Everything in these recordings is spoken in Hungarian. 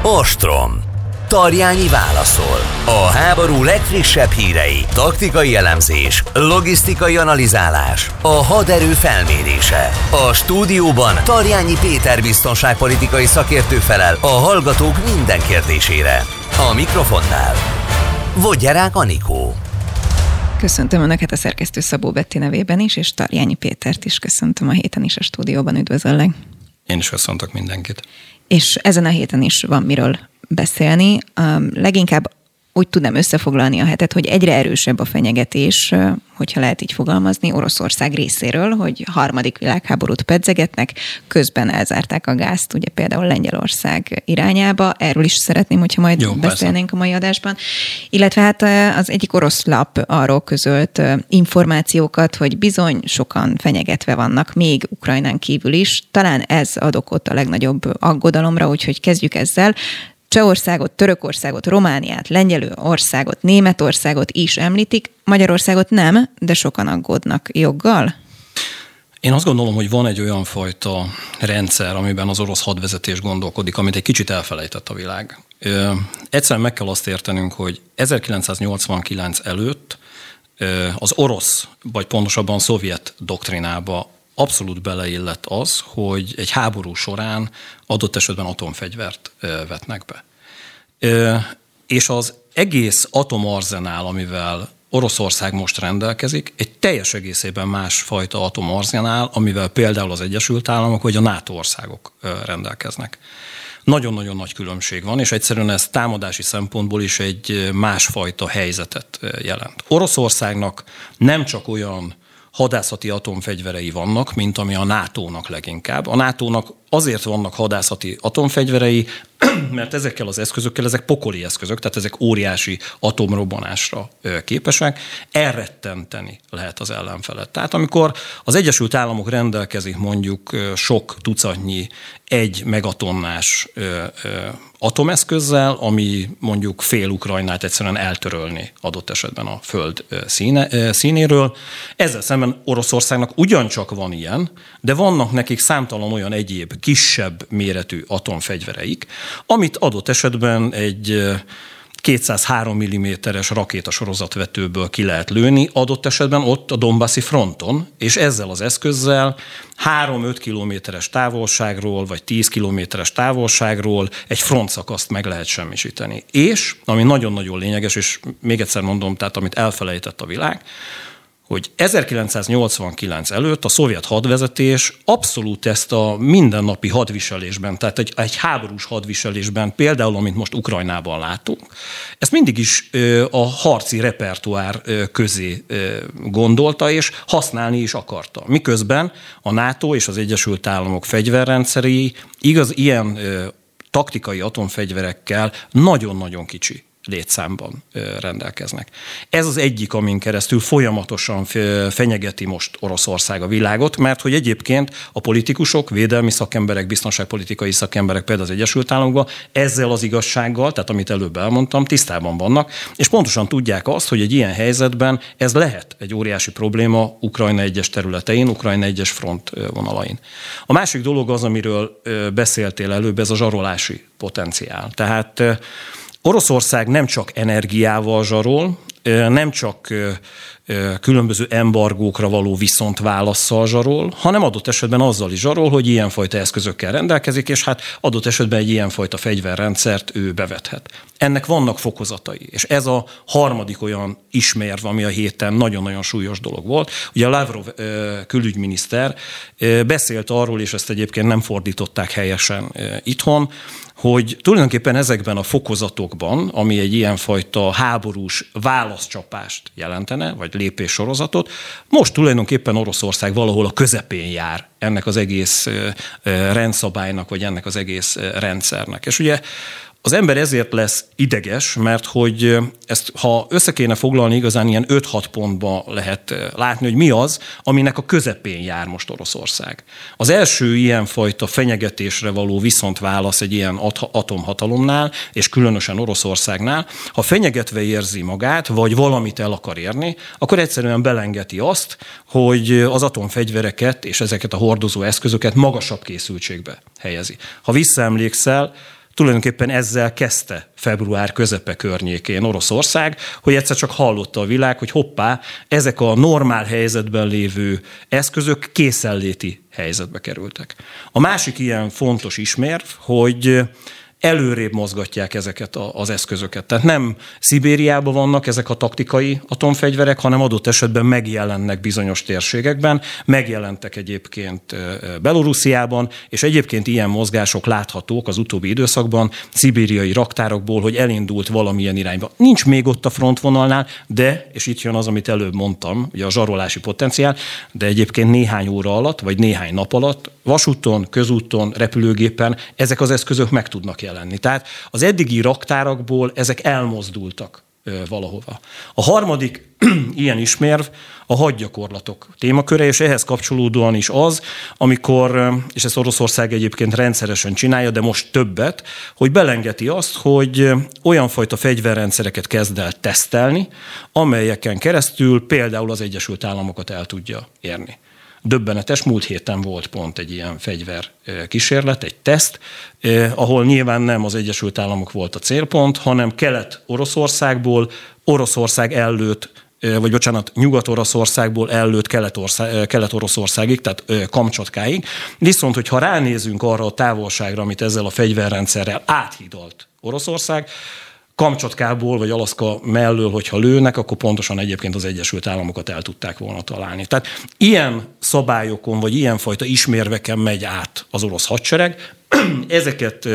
Ostrom. Tarjányi válaszol. A háború legfrissebb hírei, taktikai elemzés, logisztikai analizálás, a haderő felmérése. A stúdióban Tarjányi Péter biztonságpolitikai szakértő felel a hallgatók minden kérdésére. A mikrofonnál Vodgyerák Anikó. Köszöntöm Önöket a szerkesztő Szabó Betti nevében is, és Tarjányi Pétert is köszöntöm a héten is a stúdióban. Üdvözöllek! Én is köszöntök mindenkit. És ezen a héten is van miről beszélni. Leginkább úgy tudnám összefoglalni a hetet, hogy egyre erősebb a fenyegetés, hogyha lehet így fogalmazni, Oroszország részéről, hogy harmadik világháborút pedzegetnek, közben elzárták a gázt, ugye például Lengyelország irányába. Erről is szeretném, hogyha majd beszélnénk a mai adásban. Illetve hát az egyik orosz lap arról közölt információkat, hogy bizony sokan fenyegetve vannak, még Ukrajnán kívül is. Talán ez ad okot a legnagyobb aggodalomra, úgyhogy kezdjük ezzel. Csehországot, Törökországot, Romániát, Lengyelországot, Németországot is említik, Magyarországot nem, de sokan aggódnak. Joggal? Én azt gondolom, hogy van egy olyan fajta rendszer, amiben az orosz hadvezetés gondolkodik, amit egy kicsit elfelejtett a világ. Egyszerűen meg kell azt értenünk, hogy 1989 előtt az orosz, vagy pontosabban szovjet doktrinába abszolút beleillett az, hogy egy háború során adott esetben atomfegyvert vetnek be. És az egész atomarzenál, amivel Oroszország most rendelkezik, egy teljes egészében másfajta atomarzenál, amivel például az Egyesült Államok vagy a NATO országok rendelkeznek. Nagyon-nagyon nagy különbség van, és egyszerűen ez támadási szempontból is egy másfajta helyzetet jelent. Oroszországnak nem csak olyan hadászati atomfegyverei vannak, mint ami a NATO-nak leginkább. A NATO-nak azért vannak hadászati atomfegyverei, mert ezekkel az eszközökkel, ezek pokoli eszközök, tehát ezek óriási atomrobbanásra képesek, elrettenteni lehet az ellenfelet. Tehát amikor az Egyesült Államok rendelkezik mondjuk sok tucatnyi 1 megatonnás atomeszközzel, ami mondjuk fél Ukrajnát egyszerűen eltörölni adott esetben a föld színéről. Ezzel szemben Oroszországnak ugyancsak van ilyen, de vannak nekik számtalan olyan egyéb kisebb méretű atomfegyvereik, amit adott esetben egy 203 mm-es rakétasorozatvetőből ki lehet lőni, adott esetben ott a Donbassi fronton, és ezzel az eszközzel 3-5 kilométeres távolságról, vagy 10 kilométeres távolságról egy frontszakaszt meg lehet semmisíteni. És, ami nagyon-nagyon lényeges, és még egyszer mondom, tehát amit elfelejtett a világ, hogy 1989 előtt a szovjet hadvezetés abszolút ezt a mindennapi hadviselésben, tehát egy háborús hadviselésben, például, amit most Ukrajnában látunk, ezt mindig is a harci repertoár közé gondolta, és használni is akarta. Miközben a NATO és az Egyesült Államok fegyverrendszerei ilyen taktikai atomfegyverekkel nagyon-nagyon kicsi létszámban rendelkeznek. Ez az egyik, amin keresztül folyamatosan fenyegeti most Oroszország a világot, mert hogy egyébként a politikusok, védelmi szakemberek, biztonságpolitikai szakemberek például az Egyesült Államokban ezzel az igazsággal, tehát amit előbb elmondtam, tisztában vannak, és pontosan tudják azt, hogy egy ilyen helyzetben ez lehet egy óriási probléma Ukrajna egyes területein, Ukrajna egyes frontvonalain. A másik dolog az, amiről beszéltél előbb, ez a zsarolási potenciál. Tehát Oroszország nem csak energiával zsarol, nem csak különböző embargókra való viszontválasszal zsarol, hanem adott esetben azzal is zsarol, hogy ilyenfajta eszközökkel rendelkezik, és hát adott esetben egy ilyenfajta fegyverrendszert ő bevethet. Ennek vannak fokozatai, és ez a harmadik olyan ismérv, ami a héten nagyon-nagyon súlyos dolog volt. Ugye a Lavrov külügyminiszter beszélt arról, és ezt egyébként nem fordították helyesen itthon, hogy tulajdonképpen ezekben a fokozatokban, ami egy ilyenfajta háborús válaszcsapást jelentene, vagy lépéssorozatot, most tulajdonképpen Oroszország valahol a közepén jár ennek az egész rendszabálynak, vagy ennek az egész rendszernek. És ugye az ember ezért lesz ideges, mert hogy ezt, ha össze kéne foglalni, igazán ilyen 5-6 pontba lehet látni, hogy mi az, aminek a közepén jár most Oroszország. Az első ilyenfajta fenyegetésre való viszontválasz egy ilyen atomhatalomnál, és különösen Oroszországnál, ha fenyegetve érzi magát, vagy valamit el akar érni, akkor egyszerűen belengeti azt, hogy az atomfegyvereket és ezeket a hordozó eszközöket magasabb készültségbe helyezi. Ha visszaemlékszel, tulajdonképpen ezzel kezdte február közepe környékén Oroszország, hogy egyszer csak hallotta a világ, hogy hoppá, ezek a normál helyzetben lévő eszközök készenléti helyzetbe kerültek. A másik ilyen fontos ismérv, hogy előrébb mozgatják ezeket az eszközöket. Tehát nem Szibériában vannak ezek a taktikai atomfegyverek, hanem adott esetben megjelennek bizonyos térségekben, megjelentek egyébként Belorussziában, és egyébként ilyen mozgások láthatók az utóbbi időszakban szibériai raktárokból, hogy elindult valamilyen irányba. Nincs még ott a frontvonalnál, de, és itt jön az, amit előbb mondtam, ugye a zsarolási potenciál, de egyébként néhány óra alatt, vagy néhány nap alatt vasúton, közúton, repülőgépen ezek az eszközök meg tudnak jelenni. Tehát az eddigi raktárakból ezek elmozdultak valahova. A harmadik ilyen ismérv a hadgyakorlatok témaköre, és ehhez kapcsolódóan is az, amikor, és ezt Oroszország egyébként rendszeresen csinálja, de most többet, hogy belengeti azt, hogy olyan fajta fegyverrendszereket kezd el tesztelni, amelyeken keresztül például az Egyesült Államokat el tudja érni. Döbbenetes, múlt héten volt pont egy ilyen fegyverkísérlet, egy teszt, ahol nyilván nem az Egyesült Államok volt a célpont, hanem Kelet-Oroszországból, Nyugat-Oroszországból ellőtt Kelet-Oroszországig, tehát Kamcsatkáig. Viszont, hogyha ránézünk arra a távolságra, amit ezzel a fegyverrendszerrel áthidalt Oroszország, Kamcsatkából vagy Alaszka mellől, hogyha lőnek, akkor pontosan egyébként az Egyesült Államokat el tudták volna találni. Tehát ilyen szabályokon, vagy ilyenfajta ismérveken megy át az orosz hadsereg, ezeket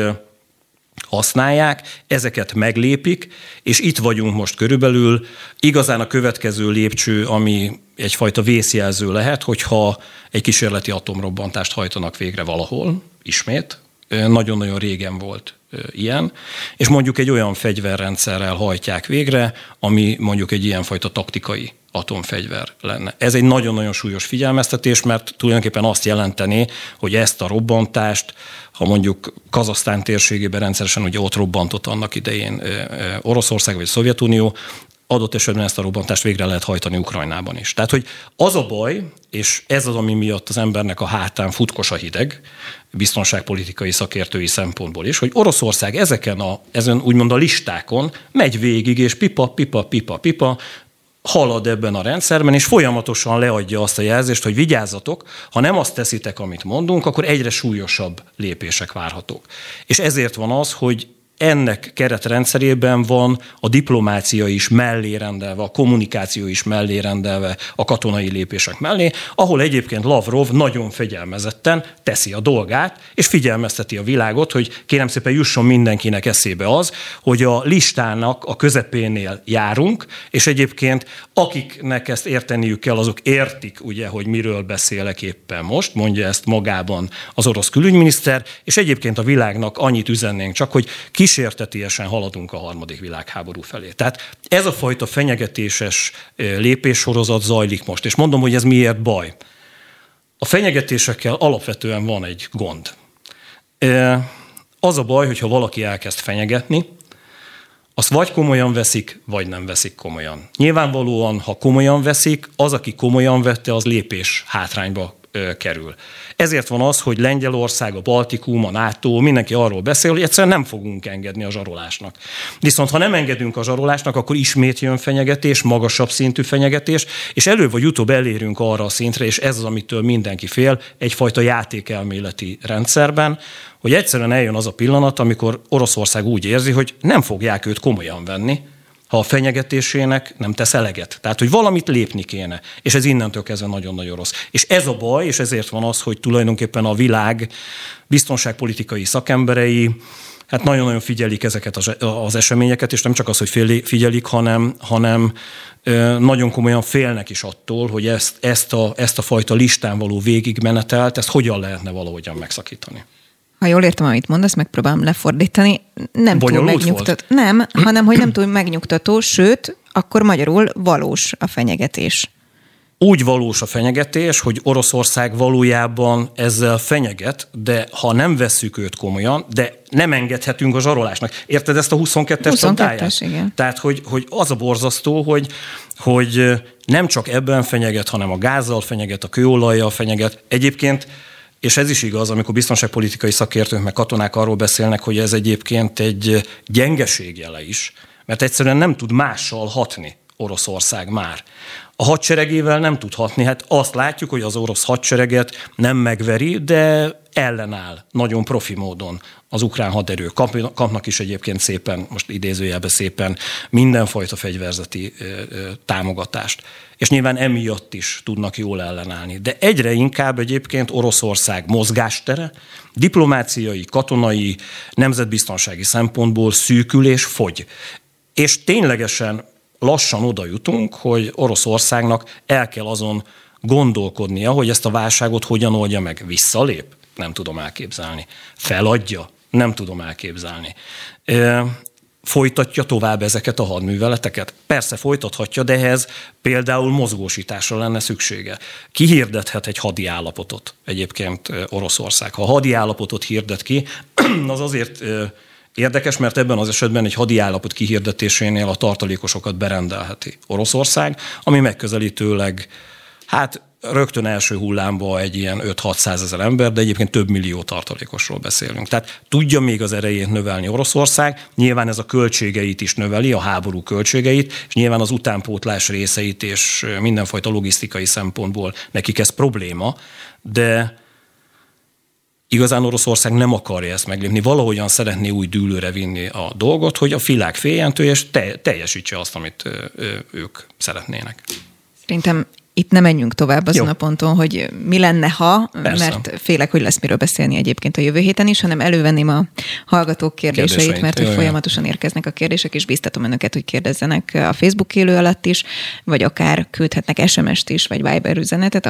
használják, ezeket meglépik, és itt vagyunk most körülbelül. Igazán a következő lépcső, ami egyfajta vészjelző lehet, hogyha egy kísérleti atomrobbantást hajtanak végre valahol, ismét, nagyon-nagyon régen volt ilyen, és mondjuk egy olyan fegyverrendszerrel hajtják végre, ami mondjuk egy ilyenfajta taktikai atomfegyver lenne. Ez egy nagyon-nagyon súlyos figyelmeztetés, mert tulajdonképpen azt jelenteni, hogy ezt a robbantást, ha mondjuk Kazahsztán térségében rendszeresen ugye ott robbantott annak idején Oroszország vagy Szovjetunió, adott esetben ezt a robbantást végre lehet hajtani Ukrajnában is. Tehát, hogy az a baj, és ez az, ami miatt az embernek a hátán futkos a hideg, biztonságpolitikai szakértői szempontból is, hogy Oroszország ezen úgymond a listákon megy végig, és pipa, halad ebben a rendszerben, és folyamatosan leadja azt a jelzést, hogy vigyázzatok, ha nem azt teszitek, amit mondunk, akkor egyre súlyosabb lépések várhatók. És ezért van az, hogy ennek keretrendszerében van a diplomácia is mellé rendelve, a kommunikáció is mellé rendelve a katonai lépések mellé, ahol egyébként Lavrov nagyon fegyelmezetten teszi a dolgát, és figyelmezteti a világot, hogy kérem szépen jusson mindenkinek eszébe az, hogy a listának a közepénél járunk, és egyébként akiknek ezt érteniük kell, azok értik, ugye, hogy miről beszélek éppen most, mondja ezt magában az orosz külügyminiszter, és egyébként a világnak annyit üzennénk csak, hogy kísértetiesen haladunk a harmadik világháború felé. Tehát ez a fajta fenyegetéses lépéssorozat zajlik most. És mondom, hogy ez miért baj. A fenyegetésekkel alapvetően van egy gond. Az a baj, hogyha valaki elkezd fenyegetni, azt vagy komolyan veszik, vagy nem veszik komolyan. Nyilvánvalóan, ha komolyan veszik, az, aki komolyan vette, az lépés hátrányba kerül. Ezért van az, hogy Lengyelország, a Baltikum, a NATO, mindenki arról beszél, hogy egyszerűen nem fogunk engedni a zsarolásnak. Viszont ha nem engedünk a zsarolásnak, akkor ismét jön fenyegetés, magasabb szintű fenyegetés, és előbb vagy utóbb elérünk arra a szintre, és ez az, amitől mindenki fél, egyfajta játékelméleti rendszerben, hogy egyszerűen eljön az a pillanat, amikor Oroszország úgy érzi, hogy nem fogják őt komolyan venni, ha a fenyegetésének nem tesz eleget. Tehát, hogy valamit lépni kéne. És ez innentől kezdve nagyon-nagyon rossz. És ez a baj, és ezért van az, hogy tulajdonképpen a világ biztonságpolitikai szakemberei hát nagyon-nagyon figyelik ezeket az eseményeket, és nem csak az, hogy figyelik, hanem nagyon komolyan félnek is attól, hogy ezt a fajta listán való végigmenetelt, ezt hogyan lehetne valahogyan megszakítani. Ha jól értem, amit mondasz, megpróbálom lefordítani. Nem túl megnyugtató. Nem, hanem hogy nem túl megnyugtató, sőt, akkor magyarul valós a fenyegetés. Úgy valós a fenyegetés, hogy Oroszország valójában ezzel fenyeget, de ha nem vesszük őt komolyan, de nem engedhetünk a zsarolásnak. Érted ezt a 22-es csatáját? Igen. Tehát, hogy az a borzasztó, hogy nem csak ebben fenyeget, hanem a gázzal fenyeget, a kőolajjal fenyeget. Egyébként És ez is igaz, amikor biztonságpolitikai szakértők meg katonák arról beszélnek, hogy ez egyébként egy gyengeség jele is, mert egyszerűen nem tud mással hatni Oroszország már. A hadseregével nem tud hatni, hát azt látjuk, hogy az orosz hadsereget nem megveri, de ellenáll nagyon profi módon az ukrán haderő. Kapnak is egyébként szépen, most idézőjelben szépen, mindenfajta fegyverzeti támogatást. És nyilván emiatt is tudnak jól ellenállni. De egyre inkább egyébként Oroszország mozgástere, diplomáciai, katonai, nemzetbiztonsági szempontból szűkül és fogy. És ténylegesen lassan oda jutunk, hogy Oroszországnak el kell azon gondolkodnia, hogy ezt a válságot hogyan oldja meg. Visszalép? Nem tudom elképzelni. Feladja? Nem tudom elképzelni. Folytatja tovább ezeket a hadműveleteket? Persze folytathatja, de ehhez például mozgósításra lenne szüksége. Ki hirdethet egy hadi állapotot egyébként Oroszország? Ha a hadi állapotot hirdet ki, az azért érdekes, mert ebben az esetben egy hadi állapot kihirdetésénél a tartalékosokat berendelheti Oroszország, ami megközelítőleg, rögtön első hullámban egy ilyen 5-600 ezer ember, de egyébként több millió tartalékosról beszélünk. Tehát tudja még az erejét növelni Oroszország, nyilván ez a költségeit is növeli, a háború költségeit, és nyilván az utánpótlás részeit és mindenfajta logisztikai szempontból nekik ez probléma, de igazán Oroszország nem akarja ezt meglépni. Valahogyan szeretné úgy dűlőre vinni a dolgot, hogy a világ féljentő, és teljesítse azt, amit ők szeretnének. Szerintem itt nem menjünk tovább azon a ponton, hogy mi lenne, ha, Persze. mert félek, hogy lesz miről beszélni egyébként a jövő héten is, hanem elővenném a hallgatók kérdéseit, mert hogy folyamatosan érkeznek a kérdések, és biztatom önöket, hogy kérdezzenek a Facebook élő alatt is, vagy akár küldhetnek SMS-t is, vagy Viber üzenetet a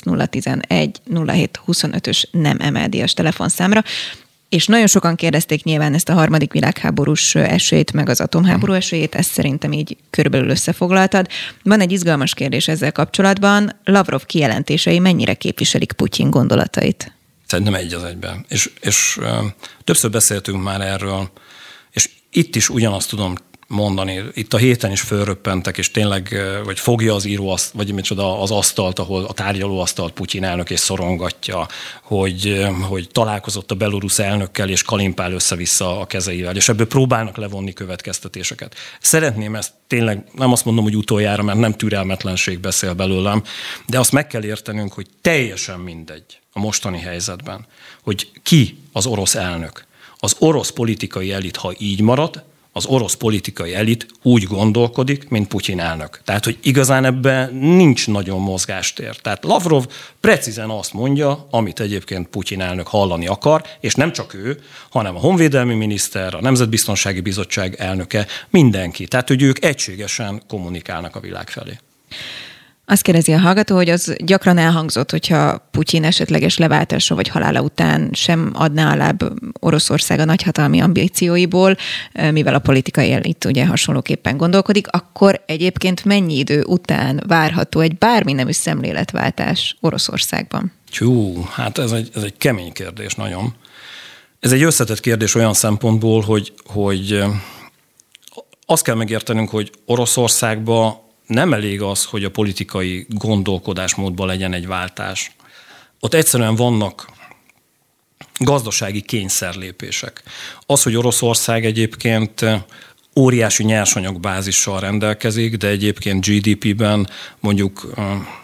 30 011 07 25-ös nem MLD-as telefonszámra. És nagyon sokan kérdezték nyilván ezt a harmadik világháborús esélyt, meg az atomháború esélyét, ezt szerintem így körülbelül összefoglaltad. Van egy izgalmas kérdés ezzel kapcsolatban. Lavrov kijelentései mennyire képviselik Putyin gondolatait? Szerintem egy az egyben. És többször beszéltünk már erről, és itt is ugyanazt tudom mondani. Itt a héten is fölröppentek, és tényleg, vagy fogja az író, vagy micsoda az asztalt, ahol a tárgyalóasztalt Putyin elnök és szorongatja, hogy találkozott a belorusz elnökkel, és kalimpál össze-vissza a kezeivel, és ebből próbálnak levonni következtetéseket. Szeretném ezt tényleg, nem azt mondom, hogy utoljára, mert nem türelmetlenség beszél belőlem, de azt meg kell értenünk, hogy teljesen mindegy a mostani helyzetben, hogy ki az orosz elnök. Az orosz politikai elit, ha így marad, az orosz politikai elit úgy gondolkodik, mint Putyin elnök. Tehát, hogy igazán ebben nincs nagyon mozgástér. Tehát Lavrov precízen azt mondja, amit egyébként Putyin elnök hallani akar, és nem csak ő, hanem a honvédelmi miniszter, a Nemzetbiztonsági Bizottság elnöke, mindenki. Tehát, hogy ők egységesen kommunikálnak a világ felé. Azt kérdezi a hallgató, hogy az gyakran elhangzott, hogyha Putyin esetleges leváltása vagy halála után sem adná alább Oroszország a nagyhatalmi ambícióiból, mivel a politikai elit ugye hasonlóképpen gondolkodik, akkor egyébként mennyi idő után várható egy bármi nemű szemléletváltás Oroszországban? Hát ez egy kemény kérdés nagyon. Ez egy összetett kérdés olyan szempontból, hogy azt kell megértenünk, hogy Oroszországban nem elég az, hogy a politikai gondolkodásmódban legyen egy váltás. Ott egyszerűen vannak gazdasági kényszerlépések. Az, hogy Oroszország egyébként óriási nyersanyagbázissal rendelkezik, de egyébként GDP-ben mondjuk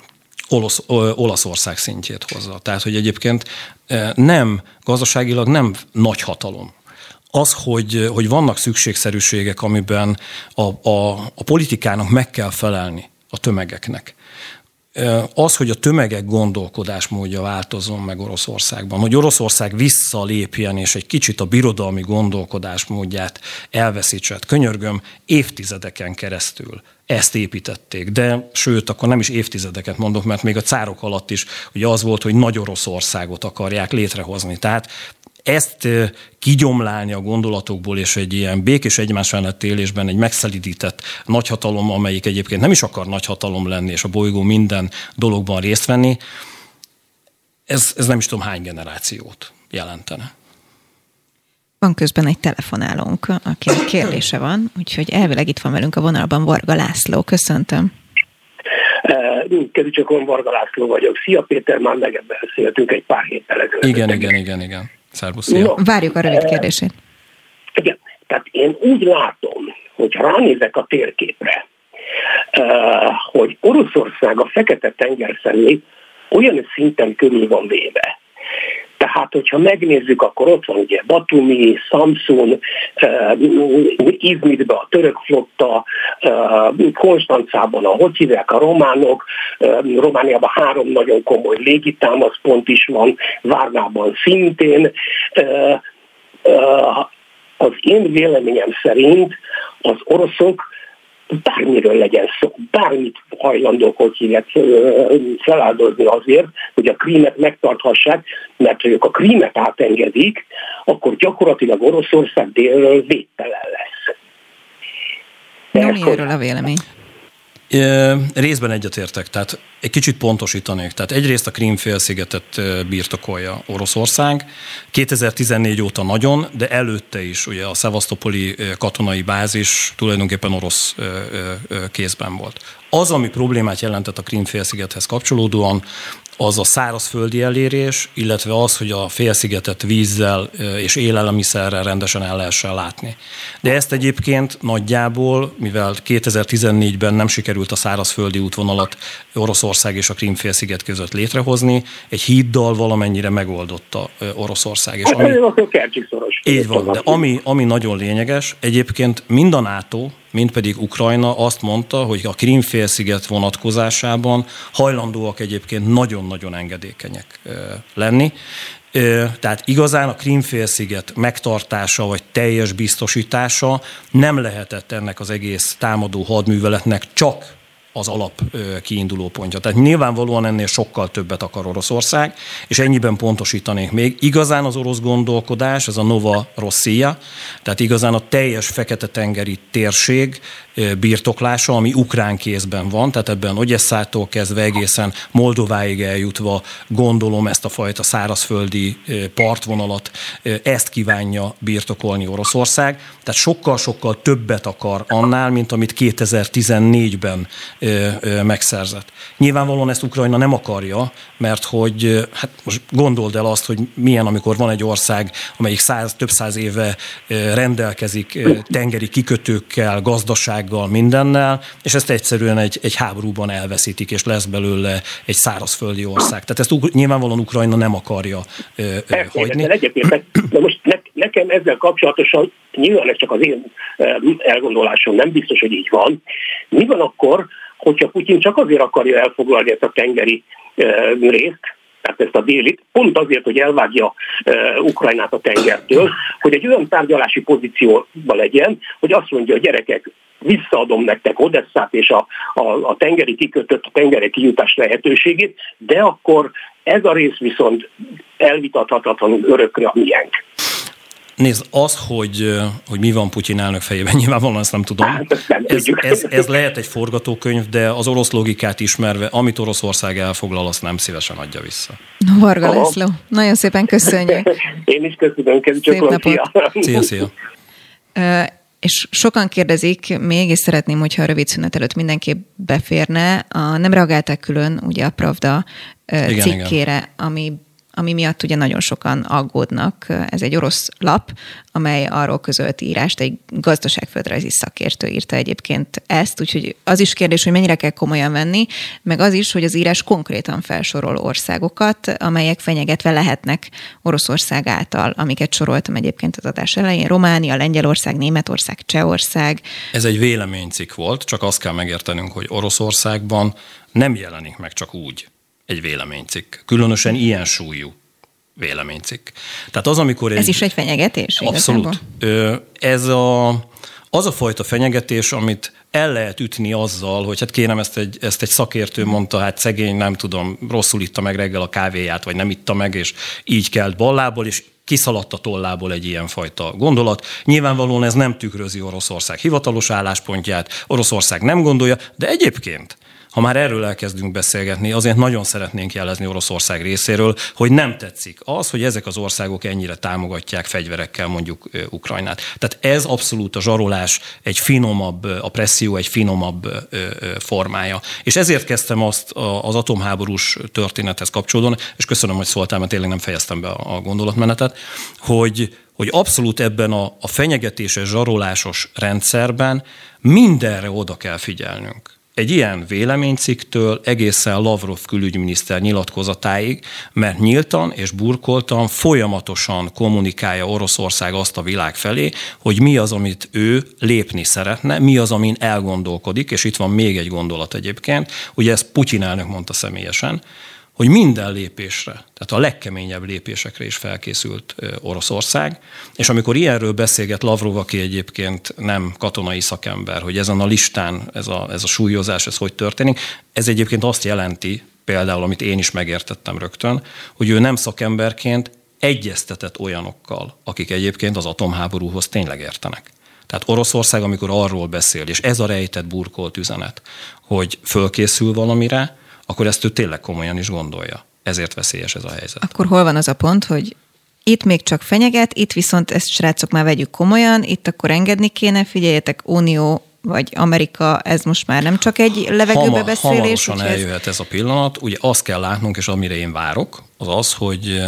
Olaszország szintjét hozza. Tehát, hogy egyébként gazdaságilag nem nagy hatalom. Az, hogy vannak szükségszerűségek, amiben a politikának meg kell felelni a tömegeknek. Az, hogy a tömegek gondolkodásmódja változzon meg Oroszországban, hogy Oroszország visszalépjen, és egy kicsit a birodalmi gondolkodásmódját elveszítse. Könyörgöm, évtizedeken keresztül ezt építették, de sőt, akkor nem is évtizedeket mondok, mert még a cárok alatt is ugye az volt, hogy Nagy Oroszországot akarják létrehozni. Tehát ezt kigyomlálni a gondolatokból, és egy ilyen békés egymás mellett élésben egy megszelidített nagyhatalom, amelyik egyébként nem is akar nagyhatalom lenni, és a bolygó minden dologban részt venni, ez nem is tudom hány generációt jelentene. Van közben egy telefonálónk, akinek kérdése van, úgyhogy elvileg itt van velünk a vonalban Varga László. Köszöntöm. Kezücsokon Varga László vagyok. Szia Péter, már megbeszéltünk egy pár héttel ezelőtt. Igen. Szervusz, szia. No, várjuk a rövid kérdését. Igen, tehát én úgy látom, hogy ránézek a térképre, hogy Oroszország a Fekete-tenger felé olyan szinten körül van véve. Tehát, hogyha megnézzük, akkor ott van ugye Batumi, Samsun, Izmitben a török flotta, Konstancában hogy hívják a románok, Romániában 3 nagyon komoly légitámaszpont is van, Várnában szintén. Az én véleményem szerint az oroszok bármiről legyen szó, bármit hajlandók, hogy hívják, feláldozni azért, hogy a Krímet megtarthassák, mert ha ők a Krímet átengedik, akkor gyakorlatilag Oroszország délről védtelen lesz. Mi erről a vélemény? Részben egyetértek, tehát egy kicsit pontosítanék. Tehát egyrészt a Krím-félszigetet birtokolja Oroszország, 2014 óta nagyon, de előtte is ugye a szevasztopoli katonai bázis tulajdonképpen orosz kézben volt. Az, ami problémát jelentett a Krím-félszigethez kapcsolódóan, az a szárazföldi elérés, illetve az, hogy a félszigetet vízzel és élelmiszerrel rendesen el lehessen látni. De ezt egyébként nagyjából, mivel 2014-ben nem sikerült a szárazföldi útvonalat Oroszország és a Krím-félsziget között létrehozni, egy híddal valamennyire megoldotta Oroszország. És így van, de ami nagyon lényeges, egyébként mind a NATO, mind pedig Ukrajna azt mondta, hogy a Krím-félsziget vonatkozásában hajlandóak egyébként nagyon-nagyon engedékenyek lenni. Tehát igazán a Krím-félsziget megtartása vagy teljes biztosítása nem lehetett ennek az egész támadó hadműveletnek csak az alap kiinduló pontja. Tehát nyilvánvalóan ennél sokkal többet akar Oroszország, és ennyiben pontosítanék még. Igazán az orosz gondolkodás, ez a Nova Rosszija, tehát igazán a teljes Fekete-tengeri térség birtoklása, ami ukrán kézben van, tehát ebben Ogyesszától kezdve egészen Moldováig eljutva gondolom ezt a fajta szárazföldi partvonalat, ezt kívánja birtokolni Oroszország. Tehát sokkal-sokkal többet akar annál, mint amit 2014-ben megszerzett. Nyilvánvalóan ezt Ukrajna nem akarja, mert hogy hát most gondold el azt, hogy milyen, amikor van egy ország, amelyik több száz éve rendelkezik tengeri kikötőkkel, gazdasággal, mindennel, és ezt egyszerűen egy háborúban elveszítik, és lesz belőle egy szárazföldi ország. Tehát ezt nyilvánvalóan Ukrajna nem akarja hagyni. De most nekem ezzel kapcsolatosan, nyilván ez csak az én elgondolásom, nem biztos, hogy így van. Mi van akkor, hogyha Putyin csak azért akarja elfoglalni ezt a tengeri részt, tehát ezt a délit, pont azért, hogy elvágja Ukrajnát a tengertől, hogy egy olyan tárgyalási pozícióban legyen, hogy azt mondja, hogy gyerekek, visszaadom nektek Odesszát és a tengeri kikötött, a tengeri kijutás lehetőségét, de akkor ez a rész viszont elvitathatatlanul örökre a miénk. Nézd, az, hogy mi van Putyin elnök fejében, nyilvánvalóan ezt nem tudom. Ez lehet egy forgatókönyv, de az orosz logikát ismerve, amit Oroszország elfoglal, azt nem szívesen adja vissza. Varga László, nagyon szépen köszönjük. Én is köszönöm, szép napot. Szia. És sokan kérdezik még, és szeretném, hogyha a rövid szünet előtt mindenképp beférne, nem reagálták külön ugye a Pravda cikkére, ami miatt ugye nagyon sokan aggódnak. Ez egy orosz lap, amely arról közölt írást, egy gazdaságföldrajzi szakértő írta egyébként ezt, úgyhogy az is kérdés, hogy mennyire kell komolyan venni, meg az is, hogy az írás konkrétan felsorol országokat, amelyek fenyegetve lehetnek Oroszország által, amiket soroltam egyébként az adás elején, Románia, Lengyelország, Németország, Csehország. Ez egy véleménycikk volt, csak azt kell megértenünk, hogy Oroszországban nem jelenik meg csak úgy egy véleménycikk. Különösen ilyen súlyú véleménycikk. Tehát az, amikor ez is egy fenyegetés? Abszolút. Ez az a fajta fenyegetés, amit el lehet ütni azzal, hogy hát kérem, ezt egy szakértő mondta, hát szegény, nem tudom, rosszul itta meg reggel a kávéját, vagy nem itta meg, és így kelt ballából, és kiszaladt a tollából egy ilyenfajta gondolat. Nyilvánvalóan ez nem tükrözi Oroszország hivatalos álláspontját, Oroszország nem gondolja, de egyébként ha már erről elkezdünk beszélgetni, azért nagyon szeretnénk jelezni Oroszország részéről, hogy nem tetszik az, hogy ezek az országok ennyire támogatják fegyverekkel mondjuk Ukrajnát. Tehát ez abszolút a zsarolás egy finomabb, a presszió egy finomabb formája. És ezért kezdtem azt az atomháborús történethez kapcsolódóan, és köszönöm, hogy szóltál, mert tényleg nem fejeztem be a gondolatmenetet, hogy abszolút ebben a fenyegetéses, zsarolásos rendszerben mindenre oda kell figyelnünk. Egy ilyen véleménycikktől egészen Lavrov külügyminiszter nyilatkozatáig, mert nyíltan és burkoltan folyamatosan kommunikálja Oroszország azt a világ felé, hogy mi az, amit ő lépni szeretne, mi az, amin elgondolkodik, és itt van még egy gondolat egyébként, ugye ezt Putyin elnök mondta személyesen, hogy minden lépésre, tehát a legkeményebb lépésekre is felkészült Oroszország, és amikor ilyenről beszélget Lavrov, aki egyébként nem katonai szakember, hogy ezen a listán ez a súlyozás, ez hogy történik, ez egyébként azt jelenti, például, amit én is megértettem rögtön, hogy ő nem szakemberként egyeztetett olyanokkal, akik egyébként az atomháborúhoz tényleg értenek. Tehát Oroszország, amikor arról beszél, és ez a rejtett burkolt üzenet, hogy fölkészül valamire, akkor ezt ő tényleg komolyan is gondolja. Ezért veszélyes ez a helyzet. Akkor hol van az a pont, hogy itt még csak fenyeget, itt viszont ezt srácok már vegyük komolyan, itt akkor engedni kéne, figyeljetek, Unió vagy Amerika, ez most már nem csak egy levegőbe beszélés. Hamarosan eljöhet ez a pillanat. Ugye azt kell látnunk, és amire én várok, az, hogy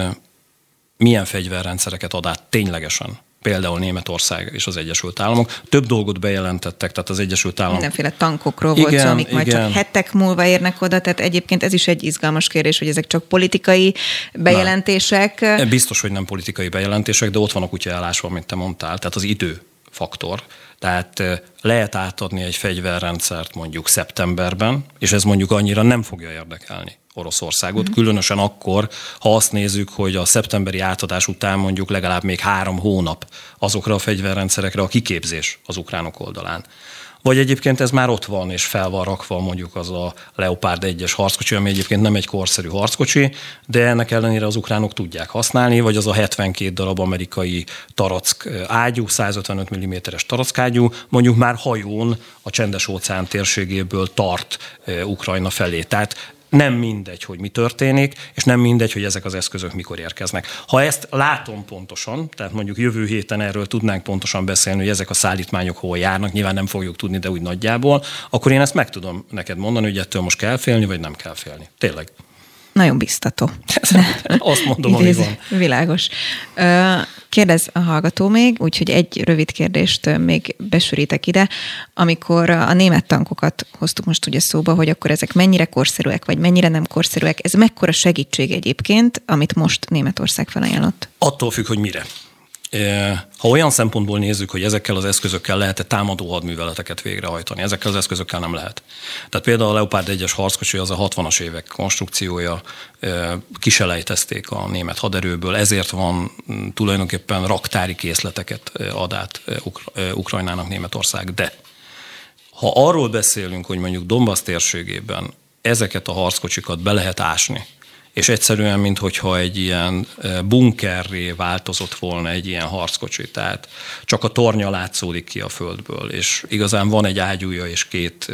milyen fegyverrendszereket ad át ténylegesen például Németország és az Egyesült Államok. Több dolgot bejelentettek, tehát az Egyesült Államok. Mindenféle tankokról volt szó, amik majd csak hetek múlva érnek oda, tehát egyébként ez is egy izgalmas kérdés, hogy ezek csak politikai bejelentések. Biztos, hogy nem politikai bejelentések, de ott van a kutya elásva, mint te mondtál, tehát az időfaktor. Tehát lehet átadni egy fegyverrendszert mondjuk szeptemberben, és ez mondjuk annyira nem fogja érdekelni Oroszországot, különösen akkor, ha azt nézzük, hogy a szeptemberi átadás után mondjuk legalább még 3 hónap azokra a fegyverrendszerekre a kiképzés az ukránok oldalán. Vagy egyébként ez már ott van, és fel van rakva mondjuk az a Leopard 1-es harckocsi, ami egyébként nem egy korszerű harckocsi, de ennek ellenére az ukránok tudják használni, vagy az a 72 darab amerikai Tarack ágyú, 155 mm-es Tarack ágyú, mondjuk már hajón a Csendes-óceán térségéből tart Ukrajna felé. Tehát nem mindegy, hogy mi történik, és nem mindegy, hogy ezek az eszközök mikor érkeznek. Ha ezt látom pontosan, tehát mondjuk jövő héten erről tudnánk pontosan beszélni, hogy ezek a szállítmányok hol járnak, nyilván nem fogjuk tudni, de úgy nagyjából, akkor én ezt meg tudom neked mondani, hogy ettől most kell félni, vagy nem kell félni. Tényleg. Nagyon biztató. Azt mondom, ami van. Világos. Kérdez a hallgató még, úgyhogy egy rövid kérdést még besűrítek ide. Amikor a német tankokat hoztuk most ugye szóba, hogy akkor ezek mennyire korszerűek, vagy mennyire nem korszerűek, ez mekkora segítség egyébként, amit most Németország felajánlott? Attól függ, hogy mire. Ha olyan szempontból nézzük, hogy ezekkel az eszközökkel lehet-e támadó hadműveleteket végrehajtani, ezekkel az eszközökkel nem lehet. Tehát például a Leopard 1-es harckocsi az a 60-as évek konstrukciója, kiselejtezték a német haderőből, ezért van tulajdonképpen raktári készleteket ad át Ukrajnának Németország. De ha arról beszélünk, hogy mondjuk Donbass térségében ezeket a harckocsikat be lehet ásni, és egyszerűen, minthogyha egy ilyen bunkerré változott volna egy ilyen harckocsi, tehát csak a tornya látszódik ki a földből, és igazán van egy ágyúja és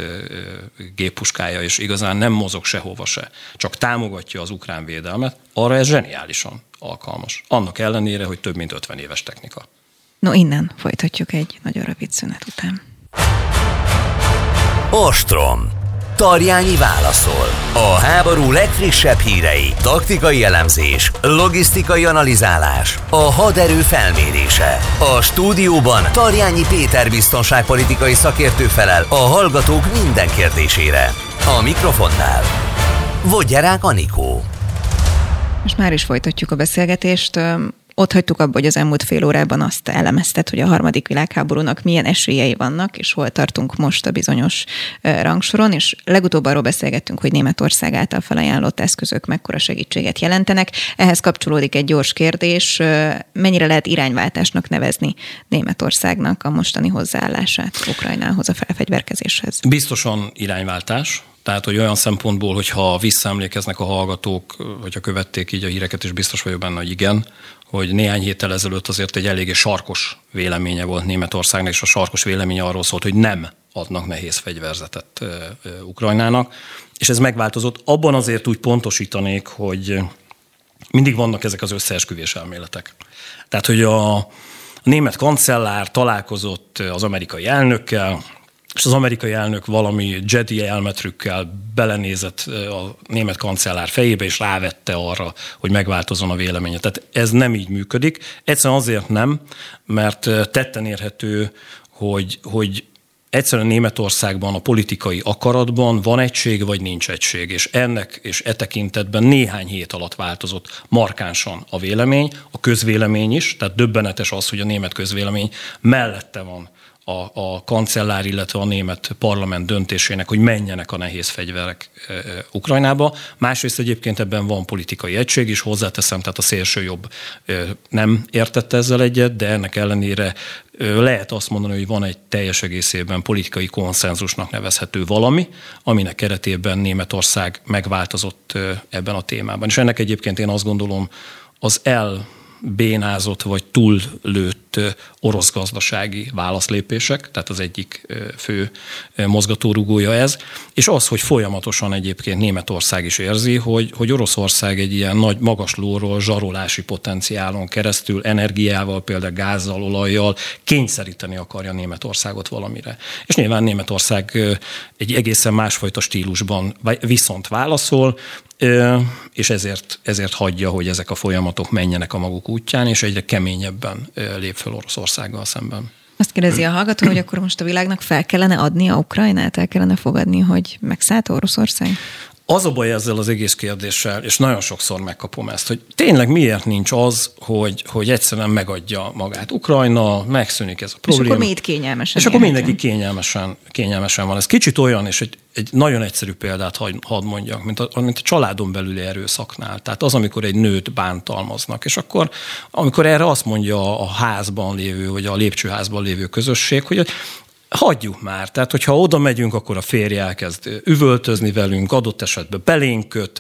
2 géppuskája, és igazán nem mozog sehova se, csak támogatja az ukrán védelmet, arra ez zseniálisan alkalmas. Annak ellenére, hogy több mint 50 éves technika. No, innen folytatjuk egy nagyon rövid szünet után. Ostrom. Tarjányi válaszol. A háború legfrissebb hírei, taktikai elemzés, logisztikai analizálás, a haderő felmérése. A stúdióban Tarjányi Péter biztonságpolitikai szakértő felel a hallgatók minden kérdésére. A mikrofonnál Vodgyerák Anikó. Most már is folytatjuk a beszélgetést. Ott hagytuk abba, hogy az elmúlt fél órában azt elemezted, hogy a harmadik világháborúnak milyen esélyei vannak, és hol tartunk most a bizonyos rangsoron, és legutóbb arról beszélgettünk, hogy Németország által felajánlott eszközök mekkora segítséget jelentenek. Ehhez kapcsolódik egy gyors kérdés, mennyire lehet irányváltásnak nevezni Németországnak a mostani hozzáállását Ukrajnához, a felfegyverkezéshez? Biztosan irányváltás. Tehát, hogy olyan szempontból, hogyha visszaemlékeznek a hallgatók, hogyha követték így a híreket, és biztos vagyok benne, hogy igen, hogy néhány héttel ezelőtt azért egy eléggé sarkos véleménye volt Németországnak, és a sarkos véleménye arról szólt, hogy nem adnak nehéz fegyverzetet Ukrajnának, és ez megváltozott. Abban azért úgy pontosítanék, hogy mindig vannak ezek az összeesküvés elméletek. Tehát, hogy a német kancellár találkozott az amerikai elnökkel, és az amerikai elnök valami Jedi elmetrükkel belenézett a német kancellár fejébe, és rávette arra, hogy megváltozzon a véleménye. Tehát ez nem így működik. Egyszerűen azért nem, mert tetten érhető, hogy egyszerűen Németországban a politikai akaratban van egység, vagy nincs egység, és ennek és e tekintetben néhány hét alatt változott markánsan a vélemény, a közvélemény is, tehát döbbenetes az, hogy a német közvélemény mellette van a kancellár, illetve a német parlament döntésének, hogy menjenek a nehéz fegyverek Ukrajnába. Másrészt egyébként ebben van politikai egység is, hozzáteszem, tehát a szélső jobb nem értette ezzel egyet, de ennek ellenére lehet azt mondani, hogy van egy teljes egészében politikai konszenzusnak nevezhető valami, aminek keretében Németország megváltozott ebben a témában. És ennek egyébként én azt gondolom, az elbénázott vagy túllőtt orosz gazdasági válaszlépések, tehát az egyik fő mozgatórugója ez, és az, hogy folyamatosan egyébként Németország is érzi, hogy Oroszország egy ilyen nagy magaslóról zsarolási potenciálon keresztül energiával, például gázzal, olajjal kényszeríteni akarja Németországot valamire. És nyilván Németország egy egészen másfajta stílusban viszont válaszol, és ezért hagyja, hogy ezek a folyamatok menjenek a maguk útján, és egyre keményebben lép fel Oroszországgal szemben. Azt kérdezi a hallgató, hogy akkor most a világnak fel kellene adnia Ukrajnát, el kellene fogadni, hogy megszállt Oroszország? Az a baj ezzel az egész kérdéssel, és nagyon sokszor megkapom ezt, hogy tényleg miért nincs az, hogy egyszerűen megadja magát Ukrajna, megszűnik ez a probléma. És akkor mi itt kényelmesen? És akkor mindenki kényelmesen van. Ez kicsit olyan, és egy nagyon egyszerű példát hadd mondjak, mint a családon belüli erőszaknál. Tehát az, amikor egy nőt bántalmaznak, és akkor, amikor erre azt mondja a házban lévő, vagy a lépcsőházban lévő közösség, hogy hagyjuk már. Tehát, hogyha oda megyünk, akkor a férje elkezd üvöltözni velünk, adott esetben belénk köt,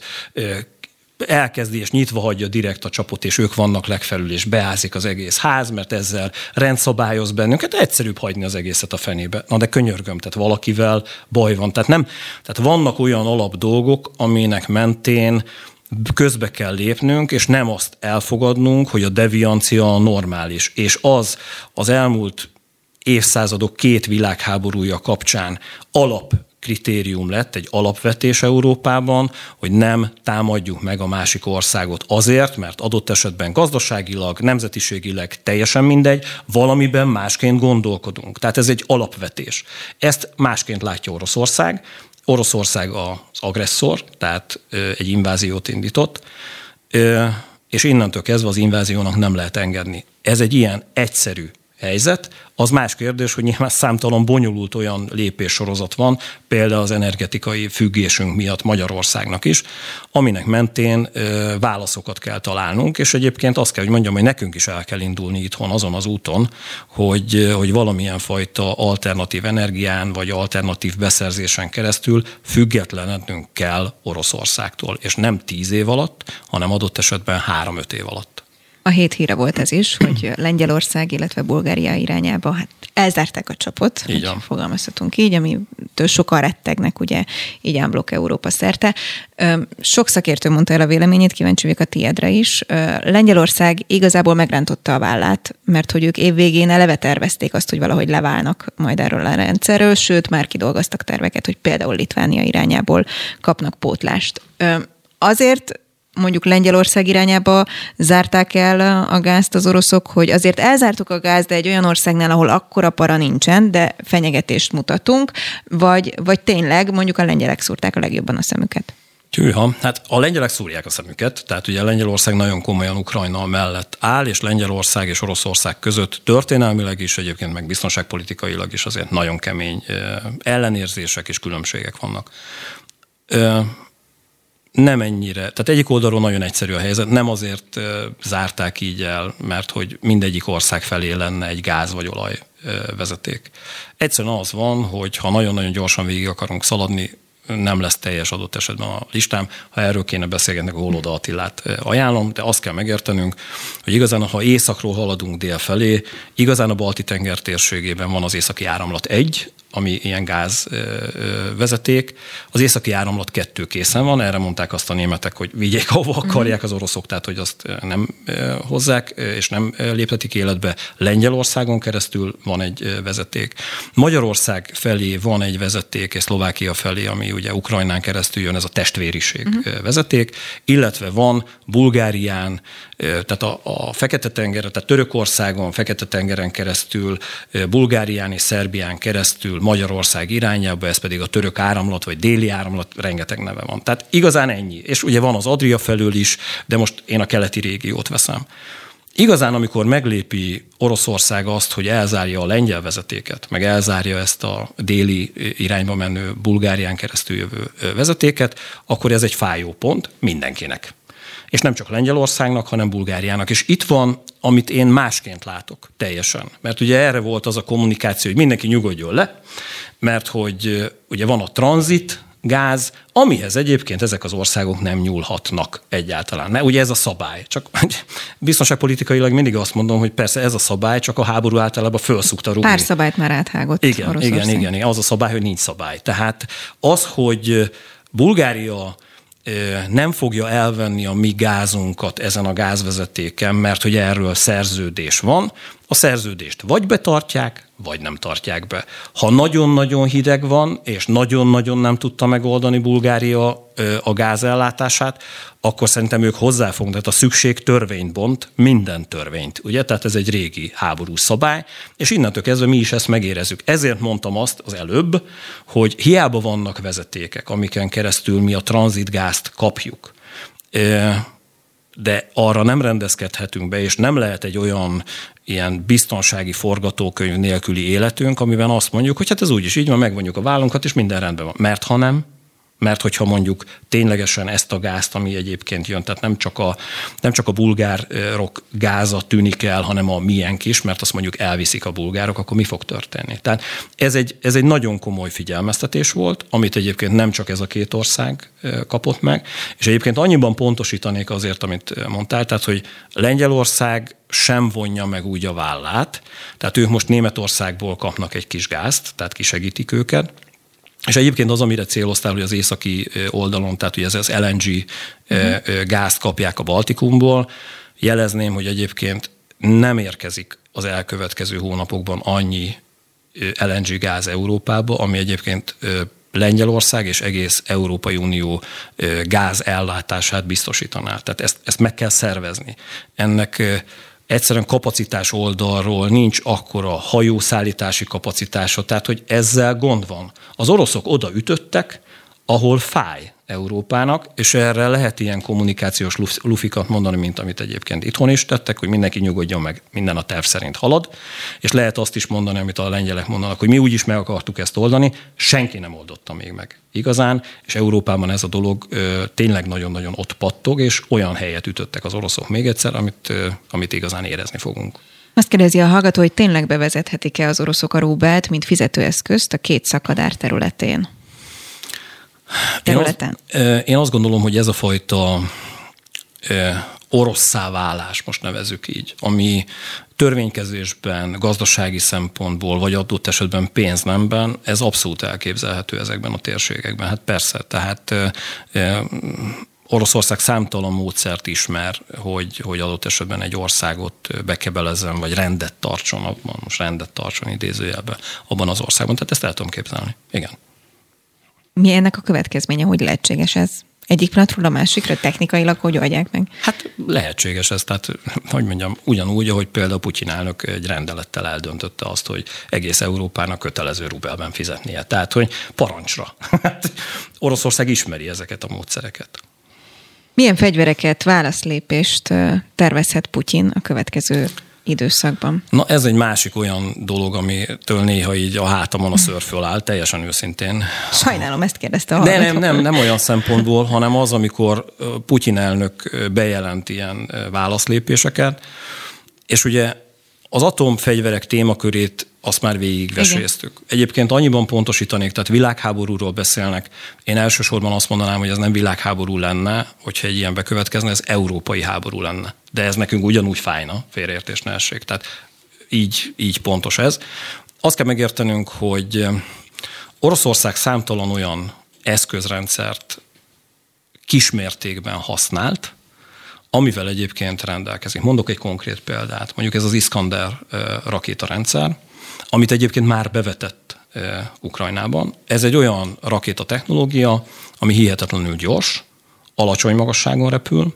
elkezdi és nyitva hagyja direkt a csapot, és ők vannak legfelül, és beázik az egész ház, mert ezzel rendszabályoz bennünket. Egyszerűbb hagyni az egészet a fenébe. Na de könyörgöm, tehát valakivel baj van. Tehát vannak olyan alap dolgok, aminek mentén közbe kell lépnünk, és nem azt elfogadnunk, hogy a deviancia normális. És az elmúlt évszázadok 2 világháborúja kapcsán alapkritérium lett, egy alapvetés Európában, hogy nem támadjuk meg a másik országot azért, mert adott esetben gazdaságilag, nemzetiségileg teljesen mindegy, valamiben másként gondolkodunk. Tehát ez egy alapvetés. Ezt másként látja Oroszország. Oroszország az agresszor, tehát egy inváziót indított, és innentől kezdve az inváziónak nem lehet engedni. Ez egy ilyen egyszerű helyzet. Az más kérdés, hogy nyilván számtalan bonyolult olyan lépéssorozat van, például az energetikai függésünk miatt Magyarországnak is, aminek mentén válaszokat kell találnunk, és egyébként azt kell, hogy mondjam, hogy nekünk is el kell indulni itthon azon az úton, hogy valamilyen fajta alternatív energián, vagy alternatív beszerzésen keresztül függetlenednünk kell Oroszországtól, és nem 10 év alatt, hanem adott esetben 3-5 év alatt. A hét híre volt ez is, hogy Lengyelország, illetve Bulgária irányába elzárták a csapot, fogalmazhatunk így, amitől sokan rettegnek, ugye így en bloc Európa szerte. Sok szakértő mondta el a véleményét, kíváncsi vagyok a tiédre is. Lengyelország igazából megrántotta a vállát, mert hogy ők évvégén eleve tervezték azt, hogy valahogy leválnak majd erről a rendszerről, sőt már kidolgoztak terveket, hogy például Litvánia irányából kapnak pótlást. Azért mondjuk Lengyelország irányába zárták el a gázt az oroszok, hogy azért elzártuk a gázt, de egy olyan országnál, ahol akkora para nincsen, de fenyegetést mutatunk, vagy tényleg mondjuk a lengyelek szúrták a legjobban a szemüket? Hűha, hát a lengyelek szúrják a szemüket, tehát ugye Lengyelország nagyon komolyan Ukrajna mellett áll, és Lengyelország és Oroszország között történelmileg is, egyébként meg biztonságpolitikailag is azért nagyon kemény ellenérzések és különbségek vannak. Nem ennyire. Tehát egyik oldalról nagyon egyszerű a helyzet, nem azért zárták így el, mert hogy mindegyik ország felé lenne egy gáz vagy olaj vezeték. Egyszerűen az van, hogy ha nagyon-nagyon gyorsan végig akarunk szaladni, nem lesz teljes adott esetben a listám. Ha erről kéne beszélgetni, akkor Holoda Attilát ajánlom, de azt kell megértenünk, hogy igazán, ha északról haladunk dél felé, igazán a Balti-tenger térségében van az északi áramlat 1, ami ilyen gázvezeték. Az északi áramlat 2 készen van, erre mondták azt a németek, hogy vigyék, ahova akarják az oroszok, tehát hogy azt nem hozzák, és nem léptetik életbe. Lengyelországon keresztül van egy vezeték. Magyarország felé van egy vezeték, és Szlovákia felé, ami ugye Ukrajnán keresztül jön, ez a testvériség vezeték, illetve van Bulgárián, tehát a Fekete-tengeren, tehát Törökországon, Fekete-tengeren keresztül, Bulgárián és Szerbián keresztül Magyarország irányába, ez pedig a török áramlat, vagy déli áramlat, rengeteg neve van. Tehát igazán ennyi. És ugye van az Adria felől is, de most én a keleti régiót veszem. Igazán, amikor meglépi Oroszország azt, hogy elzárja a lengyel vezetéket, meg elzárja ezt a déli irányba menő Bulgárián keresztül jövő vezetéket, akkor ez egy fájó pont mindenkinek. És nem csak Lengyelországnak, hanem Bulgáriának. És itt van, amit én másként látok teljesen. Mert ugye erre volt az a kommunikáció, hogy mindenki nyugodjon le, mert hogy ugye van a tranzit gáz, amihez egyébként ezek az országok nem nyúlhatnak egyáltalán. Ugye ez a szabály. Csak biztonságpolitikailag mindig azt mondom, hogy persze ez a szabály, csak a háború általában fölszokta rúgni. Pár szabályt már áthágott Oroszország. Igen. Az a szabály, hogy nincs szabály. Tehát az, hogy Bulgária nem fogja elvenni a mi gázunkat ezen a gázvezetéken, mert hogy erről szerződés van, a szerződést vagy betartják, vagy nem tartják be. Ha nagyon-nagyon hideg van, és nagyon-nagyon nem tudta megoldani Bulgária a gázellátását, akkor szerintem ők hozzáfognak, tehát a szükség törvényt bont, minden törvényt, ugye? Tehát ez egy régi háborús szabály, és innentől kezdve mi is ezt megérezzük. Ezért mondtam azt az előbb, hogy hiába vannak vezetékek, amiken keresztül mi a tranzitgázt kapjuk, de arra nem rendezkedhetünk be, és nem lehet egy olyan ilyen biztonsági forgatókönyv nélküli életünk, amiben azt mondjuk, hogy hát ez úgyis így van, megvonjuk a vállunkat, és minden rendben van. Mert ha nem, mert hogyha mondjuk ténylegesen ezt a gázt, ami egyébként jön, tehát nem csak a bulgárok gáza tűnik el, hanem a miénk is, mert azt mondjuk elviszik a bulgárok, akkor mi fog történni? Tehát ez egy nagyon komoly figyelmeztetés volt, amit egyébként nem csak ez a 2 ország kapott meg, és egyébként annyiban pontosítanék azért, amit mondtál, tehát hogy Lengyelország sem vonja meg úgy a vállát, tehát ők most Németországból kapnak egy kis gázt, tehát kisegítik őket. És egyébként az, amire céloztál, hogy az északi oldalon, tehát ugye ez az LNG gázt kapják a Baltikumból, jelezném, hogy egyébként nem érkezik az elkövetkező hónapokban annyi LNG gáz Európába, ami egyébként Lengyelország és egész Európai Unió gáz ellátását biztosítaná. Tehát ezt meg kell szervezni. Ennek egyszerűen kapacitás oldalról nincs akkora hajószállítási kapacitása, tehát hogy ezzel gond van. Az oroszok oda ütöttek, ahol fáj Európának, és erre lehet ilyen kommunikációs lufikat mondani, mint amit egyébként itthon is tettek, hogy mindenki nyugodjon meg, minden a terv szerint halad, és lehet azt is mondani, amit a lengyelek mondanak, hogy mi úgyis meg akartuk ezt oldani, senki nem oldotta még meg igazán, és Európában ez a dolog tényleg nagyon-nagyon ott pattog, és olyan helyet ütöttek az oroszok még egyszer, amit igazán érezni fogunk. Azt kérdezi a hallgató, hogy tényleg bevezethetik-e az oroszok a rubelt, mint fizetőeszközt a 2 szakadár területén? Én azt gondolom, hogy ez a fajta orosszá válás, most nevezzük így, ami törvénykezésben, gazdasági szempontból, vagy adott esetben pénznemben, ez abszolút elképzelhető ezekben a térségekben. Hát persze, tehát Oroszország számtalan módszert ismer, hogy adott esetben egy országot bekebelezzen, vagy rendet tartson, most rendet tartson idézőjelben abban az országban. Tehát ezt el tudom képzelni. Igen. Mi ennek a következménye? Hogy lehetséges ez? Egyik pillanatról a másikra technikailag hogy oldják meg? Hát lehetséges ez, tehát hogy mondjam, ugyanúgy, ahogy például Putyin elnök egy rendelettel eldöntötte azt, hogy egész Európának kötelező rubelben fizetnie. Tehát, hogy parancsra. Oroszország ismeri ezeket a módszereket. Milyen fegyvereket, válaszlépést tervezhet Putyin a következő időszakban? Na ez egy másik olyan dolog, amitől néha így a hátamon a szőr föláll, teljesen őszintén. Sajnálom, ezt kérdezte a hallgató. Nem olyan szempontból, hanem az, amikor Putyin elnök bejelent ilyen válaszlépéseket, és ugye az atomfegyverek témakörét azt már végigveséztük. Egyébként annyiban pontosítanék, tehát világháborúról beszélnek. Én elsősorban azt mondanám, hogy ez nem világháború lenne, hogyha egy ilyen bekövetkezne, ez európai háború lenne. De ez nekünk ugyanúgy fájna, félreértés ne essék. Tehát így pontos ez. Azt kell megértenünk, hogy Oroszország számtalan olyan eszközrendszert kismértékben használt, amivel egyébként rendelkezik. Mondok egy konkrét példát. Mondjuk ez az Iskander rakétarendszer, amit egyébként már bevetett Ukrajnában. Ez egy olyan rakétatechnológia, ami hihetetlenül gyors, alacsony magasságon repül,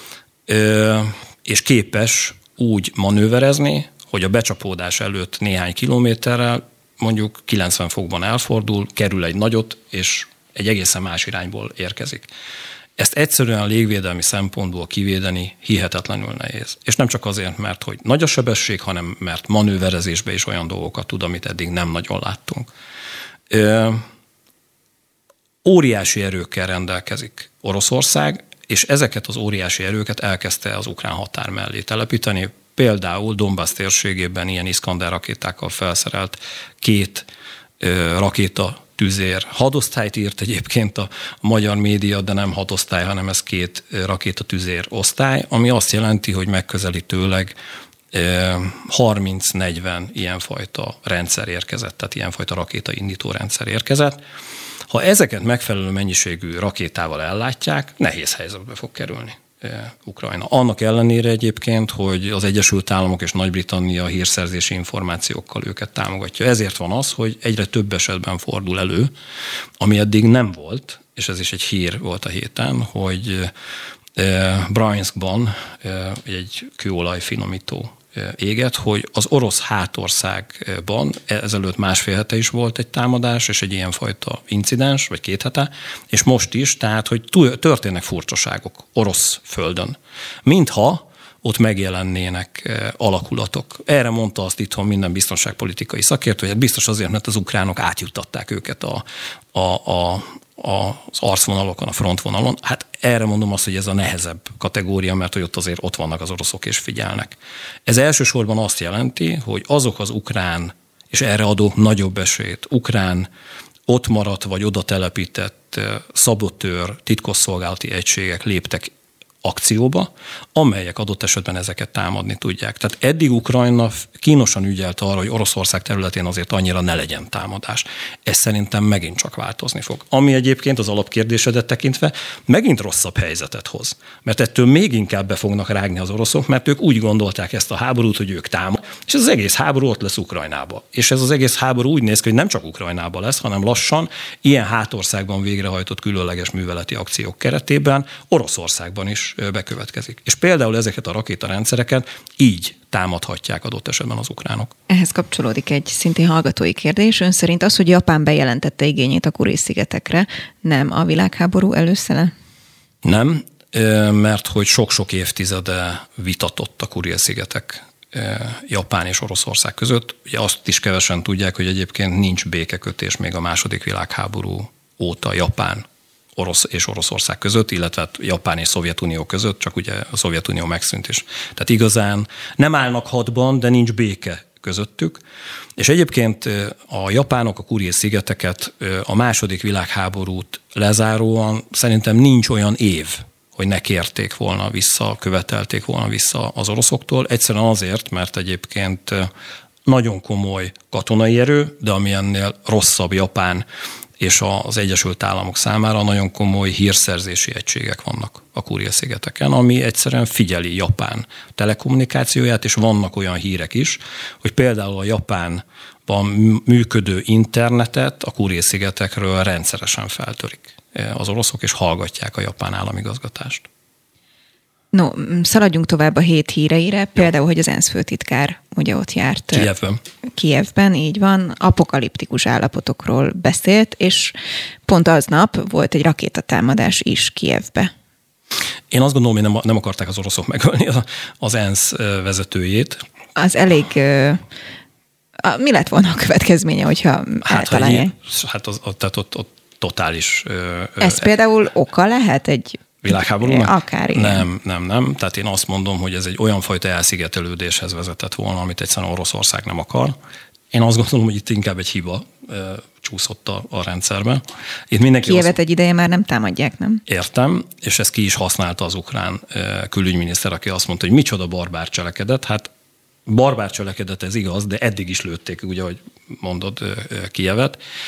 és képes úgy manőverezni, hogy a becsapódás előtt néhány kilométerrel mondjuk 90 fokban elfordul, kerül egy nagyot, és egy egészen más irányból érkezik. Ezt egyszerűen légvédelmi szempontból kivédeni hihetetlenül nehéz. És nem csak azért, mert hogy nagy a sebesség, hanem mert manőverezésben is olyan dolgokat tud, amit eddig nem nagyon láttunk. Óriási erőkkel rendelkezik Oroszország, és ezeket az óriási erőket elkezdte az ukrán határ mellé telepíteni. Például Donbass térségében ilyen Iskander rakétákkal felszerelt 2 rakéta tüzér hadosztályt írt egyébként a magyar média, de nem hadosztály, hanem ez 2 rakéta tüzér osztály, ami azt jelenti, hogy megközelítőleg 30-40 ilyenfajta rendszer érkezett, tehát ilyenfajta rakétaindító rendszer érkezett. Ha ezeket megfelelő mennyiségű rakétával ellátják, nehéz helyzetbe fog kerülni Ukrajna. Annak ellenére egyébként, hogy az Egyesült Államok és Nagy-Britannia hírszerzési információkkal őket támogatja. Ezért van az, hogy egyre több esetben fordul elő, ami eddig nem volt, és ez is egy hír volt a héten, hogy Bryanskban egy kőolaj finomító éget, hogy az orosz hátországban ezelőtt 1,5 hete is volt egy támadás, és egy ilyenfajta incidens, vagy 2 hete, és most is, tehát, hogy történnek furcsaságok orosz földön. Mintha ott megjelennének alakulatok. Erre mondta azt itthon minden biztonságpolitikai szakértő, hogy hát biztos azért, mert az ukránok átjuttatták őket az arcvonalokon, a frontvonalon. Hát erre mondom azt, hogy ez a nehezebb kategória, mert hogy ott vannak az oroszok és figyelnek. Ez elsősorban azt jelenti, hogy azok az ukrán, és erre adok nagyobb esélyt, ukrán ott maradt vagy oda telepített szabotőr, titkosszolgálati egységek léptek akcióba, amelyek adott esetben ezeket támadni tudják. Tehát eddig Ukrajna kínosan ügyelt arra, hogy Oroszország területén azért annyira ne legyen támadás. Ez szerintem megint csak változni fog. Ami egyébként az alapkérdésedet tekintve megint rosszabb helyzetet hoz. Mert ettől még inkább be fognak rágni az oroszok, mert ők úgy gondolták ezt a háborút, hogy ők támad, és ez az egész háború ott lesz Ukrajnába. És ez az egész háború úgy néz ki, hogy nem csak Ukrajnába lesz, hanem lassan ilyen hátországban végrehajtott különleges műveleti akciók keretében Oroszországban is bekövetkezik. És például ezeket a rakétarendszereket így támadhatják adott esetben az ukránok. Ehhez kapcsolódik egy szintén hallgatói kérdés. Ön szerint az, hogy Japán bejelentette igényét a Kurél-szigetekre, nem a világháború előszele? Nem, mert hogy sok-sok évtizede vitatott a Kurél-szigetek Japán és Oroszország között. Ugye azt is kevesen tudják, hogy egyébként nincs békekötés még a II. Világháború óta Japán és Oroszország között, illetve Japán és Szovjetunió között, csak ugye a Szovjetunió megszűnt is. Tehát igazán nem állnak hadban, de nincs béke közöttük. És egyébként a japánok a Kurél-szigeteket a II. Világháborút lezáróan szerintem nincs olyan év, hogy ne kérték volna vissza, követelték volna vissza az oroszoktól. Egyszerűen azért, mert egyébként nagyon komoly katonai erő, de ami ennél rosszabb Japán és az Egyesült Államok számára nagyon komoly hírszerzési egységek vannak a Kurél-szigeteken, ami egyszerűen figyeli Japán telekommunikációját, és vannak olyan hírek is, hogy például a Japánban működő internetet a Kurél-szigetekről rendszeresen feltörik az oroszok, és hallgatják a japán államigazgatást. No, szaladjunk tovább a hét híreire, például, hogy az ENSZ főtitkár ugye ott járt. Kijevben, így van, apokaliptikus állapotokról beszélt, és pont aznap volt egy rakétatámadás is Kijevbe. Én azt gondolom, hogy nem akarták az oroszok megölni az ENSZ vezetőjét. Az elég... mi lett volna a következménye, hogyha eltalálják? Tehát ott totális... Ez például oka lehet egy... Világháborúnak? Akár ilyen. Nem. Tehát én azt mondom, hogy ez egy olyan fajta elszigetelődéshez vezetett volna, amit egyszerűen Oroszország nem akar. Én azt gondolom, hogy itt inkább egy hiba csúszott a rendszerbe. Kijevet egy ideje már nem támadják, nem? Értem, és ezt ki is használta az ukrán külügyminiszter, aki azt mondta, hogy micsoda barbár cselekedet. Hát barbár cselekedet, ez igaz, de eddig is lőtték, ugye, ahogy mondod, Kijevet.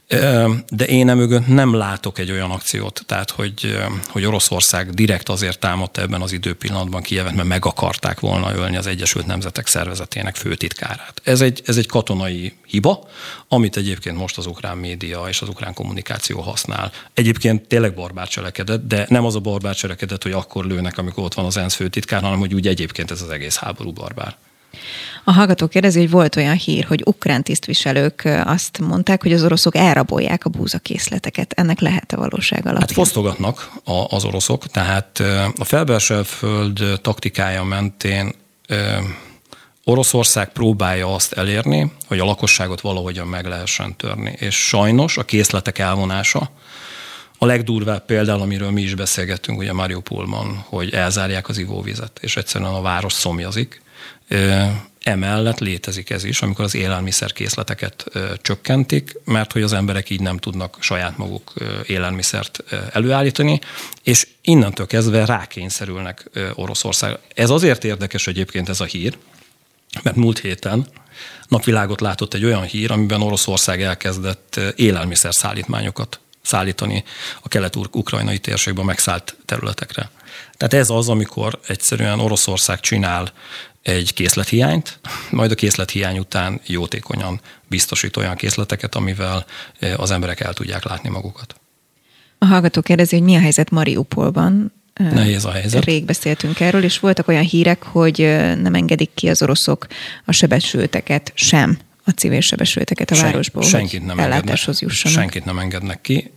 De én emögött nem látok egy olyan akciót, tehát hogy Oroszország direkt azért támadta ebben az időpillanatban Kijevet, mert meg akarták volna ölni az Egyesült Nemzetek Szervezetének főtitkárát. Ez egy katonai hiba, amit egyébként most az ukrán média és az ukrán kommunikáció használ. Egyébként tényleg barbár cselekedet, de nem az a barbár cselekedet, hogy akkor lőnek, amikor ott van az ENSZ főtitkár, hanem hogy úgy egyébként ez az egész háború barbár. A hallgató kérdezi, hogy volt olyan hír, hogy ukrán tisztviselők azt mondták, hogy az oroszok elrabolják a búzakészleteket. Ennek lehet-e valóság alapján? Hát fosztogatnak az oroszok, tehát a Felbelső-föld taktikája mentén Oroszország próbálja azt elérni, hogy a lakosságot valahogyan meg lehessen törni. És sajnos a készletek elvonása, a legdurvább például, amiről mi is beszélgettünk, ugye Mariupolban, hogy elzárják az ivóvizet, és egyszerűen a város szomjazik. Emellett létezik ez is, amikor az élelmiszerkészleteket csökkentik, mert hogy az emberek így nem tudnak saját maguk élelmiszert előállítani, és innentől kezdve rákényszerülnek Oroszországra. Ez azért érdekes egyébként ez a hír, mert múlt héten napvilágot látott egy olyan hír, amiben Oroszország elkezdett élelmiszerszállítmányokat szállítani a kelet-ukrajnai térségben megszállt területekre. Tehát ez az, amikor egyszerűen Oroszország csinál egy készlethiányt, majd a készlethiány után jótékonyan biztosít olyan készleteket, amivel az emberek el tudják látni magukat. A hallgató kérdezi, hogy mi a helyzet Mariupolban. Nehéz a helyzet. Rég beszéltünk erről, és voltak olyan hírek, hogy nem engedik ki az oroszok a sebesülteket sem, a civil sebesülteket a városból, senkit hogy ellátáshoz jussanak. Senkit nem engednek ki.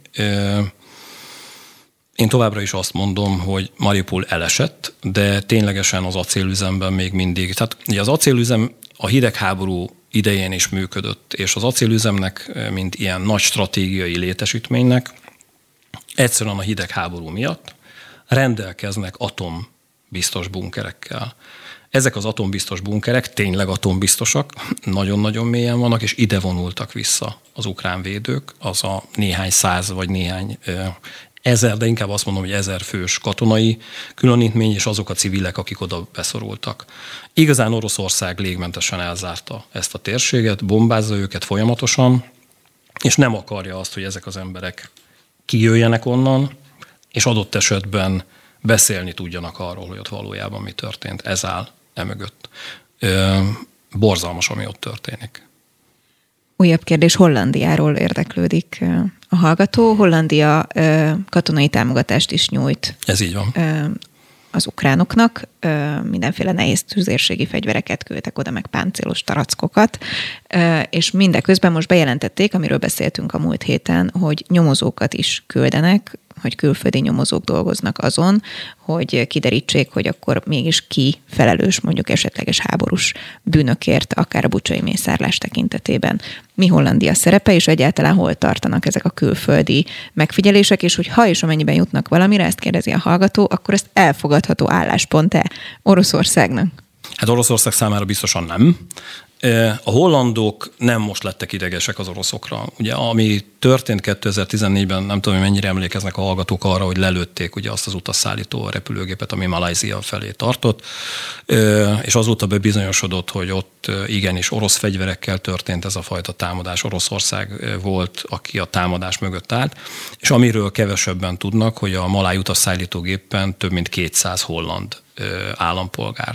Én továbbra is azt mondom, hogy Mariupol elesett, de ténylegesen az acélüzemben még mindig. Tehát ugye az acélüzem a hidegháború idején is működött, és az acélüzemnek, mint ilyen nagy stratégiai létesítménynek, egyszerűen a hidegháború miatt rendelkeznek atombiztos bunkerekkel. Ezek az atombiztos bunkerek tényleg atombiztosak, nagyon-nagyon mélyen vannak, és ide vonultak vissza az ukrán védők, az a néhány száz vagy néhány ezer, de inkább azt mondom, hogy 1000 fős katonai különítmény, és azok a civilek, akik oda beszorultak. Igazán Oroszország légmentesen elzárta ezt a térséget, bombázza őket folyamatosan, és nem akarja azt, hogy ezek az emberek kijöjjenek onnan, és adott esetben beszélni tudjanak arról, hogy ott valójában mi történt. Ez áll emögött. Borzalmas, ami ott történik. Újabb kérdés, Hollandiáról érdeklődik a hallgató. Hollandia katonai támogatást is nyújt. Ez így van. Az ukránoknak. Mindenféle nehéz tüzérségi fegyvereket küldtek oda, meg páncélos tarackokat, és mindeközben most bejelentették, amiről beszéltünk a múlt héten, hogy nyomozókat is küldenek, hogy külföldi nyomozók dolgoznak azon, hogy kiderítsék, hogy akkor mégis ki felelős mondjuk esetleges háborús bűnökért, akár a bucsai mészárlás tekintetében. Mi Hollandia szerepe, és egyáltalán hol tartanak ezek a külföldi megfigyelések, és hogy ha és amennyiben jutnak valamire, ezt kérdezi a hallgató, akkor ezt elfogadható álláspont-e Oroszországnak? Hát Oroszország számára biztosan nem. A hollandok nem most lettek idegesek az oroszokra. Ugye, ami történt 2014-ben, nem tudom, hogy mennyire emlékeznek a hallgatók arra, hogy lelőtték ugye azt az utasszállító repülőgépet, ami Malajzia felé tartott, és azóta bebizonyosodott, hogy ott igenis orosz fegyverekkel történt ez a fajta támadás. Oroszország volt, aki a támadás mögött állt, és amiről kevesebben tudnak, hogy a maláj utasszállítógépen több mint 200 holland állampolgár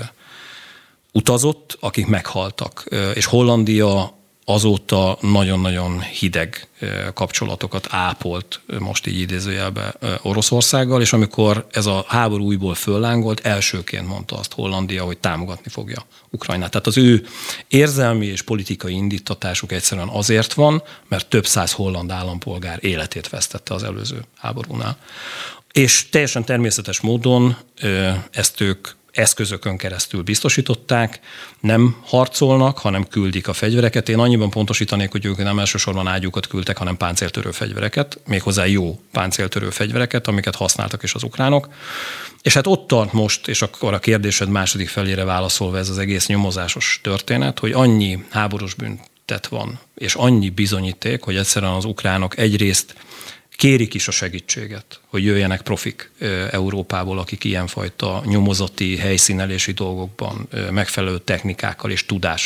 utazott, akik meghaltak. És Hollandia azóta nagyon-nagyon hideg kapcsolatokat ápolt, most így idézőjelben, Oroszországgal, és amikor ez a háború újból föllángolt, elsőként mondta azt Hollandia, hogy támogatni fogja Ukrajnát. Tehát az ő érzelmi és politikai indítatásuk egyszerűen azért van, mert több száz holland állampolgár életét vesztette az előző háborúnál. És teljesen természetes módon ezt ők eszközökön keresztül biztosították, nem harcolnak, hanem küldik a fegyvereket. Én annyiban pontosítanék, hogy ők nem elsősorban ágyúkat küldtek, hanem páncéltörő fegyvereket, méghozzá jó páncéltörő fegyvereket, amiket használtak is az ukránok. És hát ott tart most, és akkor a kérdésed második felére válaszolva ez az egész nyomozásos történet, hogy annyi háborús bűntet van, és annyi bizonyíték, hogy egyszerűen az ukránok egyrészt kérik is a segítséget, hogy jöjjenek profik Európából, akik ilyenfajta nyomozati, helyszínelési dolgokban megfelelő technikákkal és tudással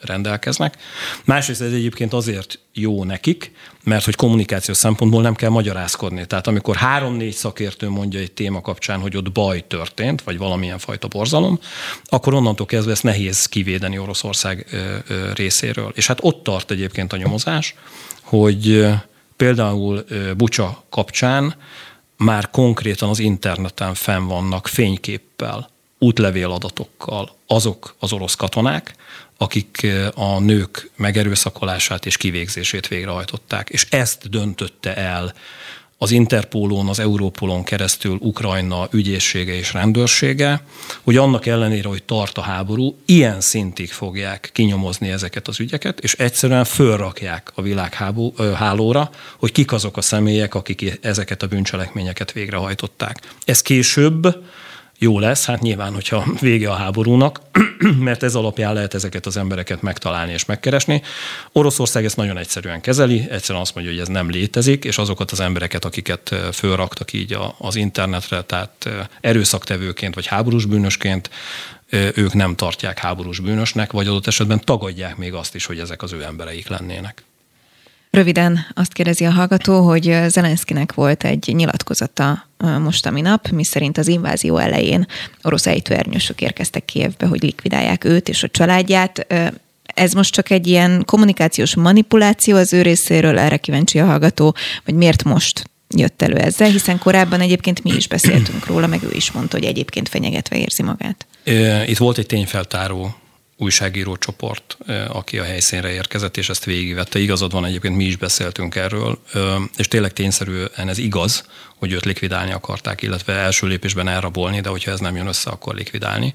rendelkeznek. Másrészt ez egyébként azért jó nekik, mert hogy kommunikációs szempontból nem kell magyarázkodni. Tehát amikor 3-4 szakértő mondja egy téma kapcsán, hogy ott baj történt, vagy valamilyen fajta borzalom, akkor onnantól kezdve ezt nehéz kivédeni Oroszország részéről. És hát ott tart egyébként a nyomozás, hogy például Bucsa kapcsán már konkrétan az interneten fenn vannak fényképpel, útlevéladatokkal azok az orosz katonák, akik a nők megerőszakolását és kivégzését végrehajtották. És ezt döntötte el az Interpolon, az Europolon keresztül Ukrajna ügyészsége és rendőrsége, hogy annak ellenére, hogy tart a háború, ilyen szintig fogják kinyomozni ezeket az ügyeket, és egyszerűen fölrakják a világhálóra, hogy kik azok a személyek, akik ezeket a bűncselekményeket végrehajtották. Ez később jó lesz, hát nyilván, hogyha vége a háborúnak, mert ez alapján lehet ezeket az embereket megtalálni és megkeresni. Oroszország ezt nagyon egyszerűen kezeli, egyszerűen azt mondja, hogy ez nem létezik, és azokat az embereket, akiket fölraktak így az internetre, tehát erőszaktevőként vagy háborús bűnösként, ők nem tartják háborús bűnösnek, vagy adott esetben tagadják még azt is, hogy ezek az ő embereik lennének. Röviden azt kérdezi a hallgató, hogy Zelenszkinek volt egy nyilatkozata most a minap, miszerint az invázió elején orosz ejtőernyősök érkeztek Kijevbe, hogy likvidálják őt és a családját. Ez most csak egy ilyen kommunikációs manipuláció az ő részéről, erre kíváncsi a hallgató, vagy miért most jött elő ezzel, hiszen korábban egyébként mi is beszéltünk róla, meg ő is mondta, hogy egyébként fenyegetve érzi magát. Itt volt egy tényfeltáró újságíró csoport, aki a helyszínre érkezett, és ezt végigvette. Igazad van, egyébként mi is beszéltünk erről, és tényleg tényszerűen ez igaz, hogy őt likvidálni akarták, illetve első lépésben elrabolni, de hogyha ez nem jön össze, akkor likvidálni.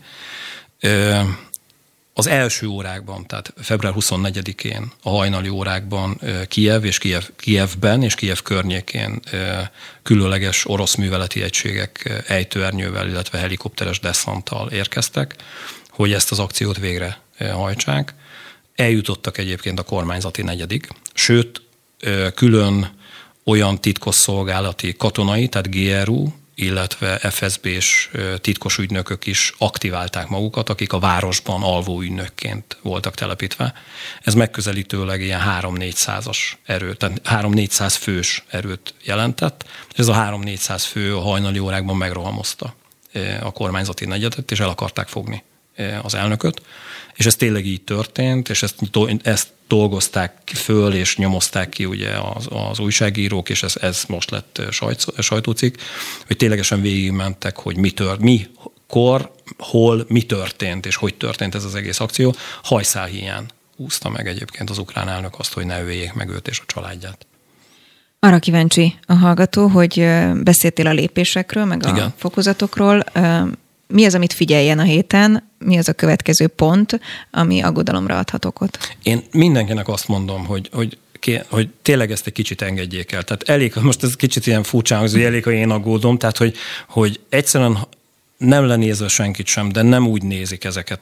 Az első órákban, tehát február 24-én, a hajnali órákban Kijevben és Kijev környékén különleges orosz műveleti egységek ejtőernyővel, illetve helikopteres desszanttal érkeztek, hogy ezt az akciót végre hajtsák. Eljutottak egyébként a kormányzati negyedik, sőt, külön olyan titkosszolgálati katonai, tehát GRU, illetve FSB-s titkos ügynökök is aktiválták magukat, akik a városban alvó ügynökként voltak telepítve. Ez megközelítőleg ilyen 3-400-as erő, tehát 3-400 fős erőt jelentett, és ez a 3-400 fő a hajnali órákban megrohamozta a kormányzati negyedet, és el akarták fogni az elnököt, és ez tényleg így történt, és ezt dolgozták föl, és nyomozták ki ugye az újságírók, és ez most lett sajtócikk, hogy ténylegesen végigmentek, hogy mikor, hol, mi történt, és hogy történt ez az egész akció. Hajszálhíján úszta meg egyébként az ukrán elnök azt, hogy ne öljék meg őt és a családját. Arra kíváncsi a hallgató, hogy beszéltél a lépésekről, meg a Igen. fokozatokról. Mi az, amit figyeljen a héten? Mi az a következő pont, ami aggodalomra adhat okot? Én mindenkinek azt mondom, hogy tényleg ezt egy kicsit engedjék el. Tehát elég, most ez kicsit ilyen furcsán, hogy elég, ha én aggódom, tehát hogy egyszerűen nem lenézve senkit sem, de nem úgy nézik ezeket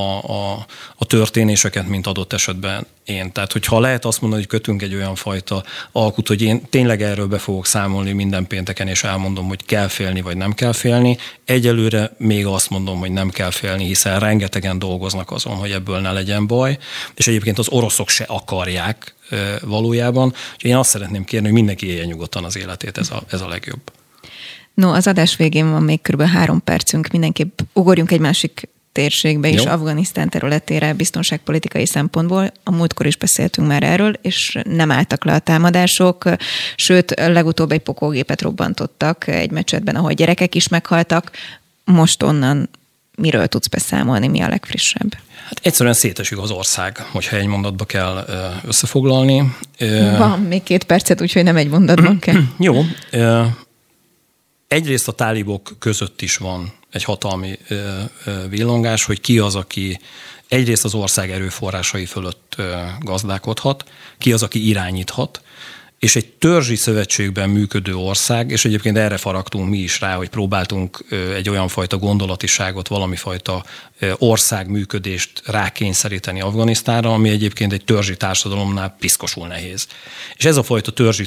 a történéseket, mint adott esetben én. Tehát, hogyha lehet azt mondani, hogy kötünk egy olyan fajta alkut, hogy én tényleg erről be fogok számolni minden pénteken, és elmondom, hogy kell félni, vagy nem kell félni. Egyelőre még azt mondom, hogy nem kell félni, hiszen rengetegen dolgoznak azon, hogy ebből ne legyen baj, és egyébként az oroszok se akarják valójában. Úgyhogy én azt szeretném kérni, hogy mindenki élje nyugodtan az életét, ez a legjobb. No, az adás végén van még kb. 3 percünk, mindenképp ugorjunk egy másik térségbe is, Afganisztán területére biztonságpolitikai szempontból. A múltkor is beszéltünk már erről, és nem álltak le a támadások, sőt, legutóbb egy pokógépet robbantottak egy mecsetben, ahol gyerekek is meghaltak. Most onnan miről tudsz beszámolni, mi a legfrissebb? Hát egyszerűen szétesik az ország, hogyha egy mondatba kell összefoglalni. Van még 2 percet, úgyhogy nem egy mondatban kell. Jó. Egyrészt a tálibok között is van egy hatalmi villongás, hogy ki az, aki egyrészt az ország erőforrásai fölött gazdálkodhat, ki az, aki irányíthat, és egy törzsi szövetségben működő ország, és egyébként erre faragtunk mi is rá, hogy próbáltunk egy olyan fajta gondolatiságot, valami fajta országműködést rákényszeríteni Afganisztánra, ami egyébként egy törzsi társadalomnál piszkosul nehéz. És ez a fajta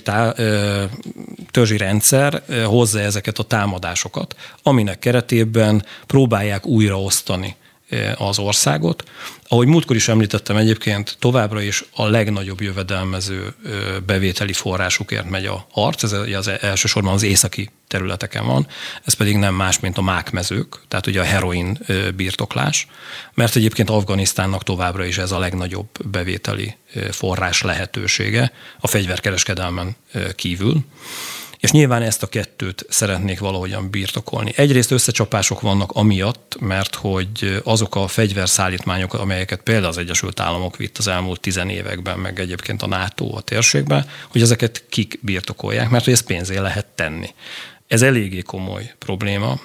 törzsi rendszer hozza ezeket a támadásokat, aminek keretében próbálják újraosztani az országot. Ahogy múltkor is említettem, egyébként továbbra is a legnagyobb jövedelmező bevételi forrásukért megy a harc, ez elsősorban az északi területeken van, ez pedig nem más, mint a mákmezők, tehát ugye a heroin birtoklás, mert egyébként Afganisztánnak továbbra is ez a legnagyobb bevételi forrás lehetősége a fegyverkereskedelmen kívül. És nyilván ezt a kettőt szeretnék valahogyan birtokolni. Egyrészt összecsapások vannak amiatt, mert hogy azok a fegyverszállítmányok, amelyeket például az Egyesült Államok vitt az elmúlt 10 években, meg egyébként a NATO a térségben, hogy ezeket kik birtokolják, mert hogy ezt pénzé lehet tenni. Ez eléggé komoly probléma,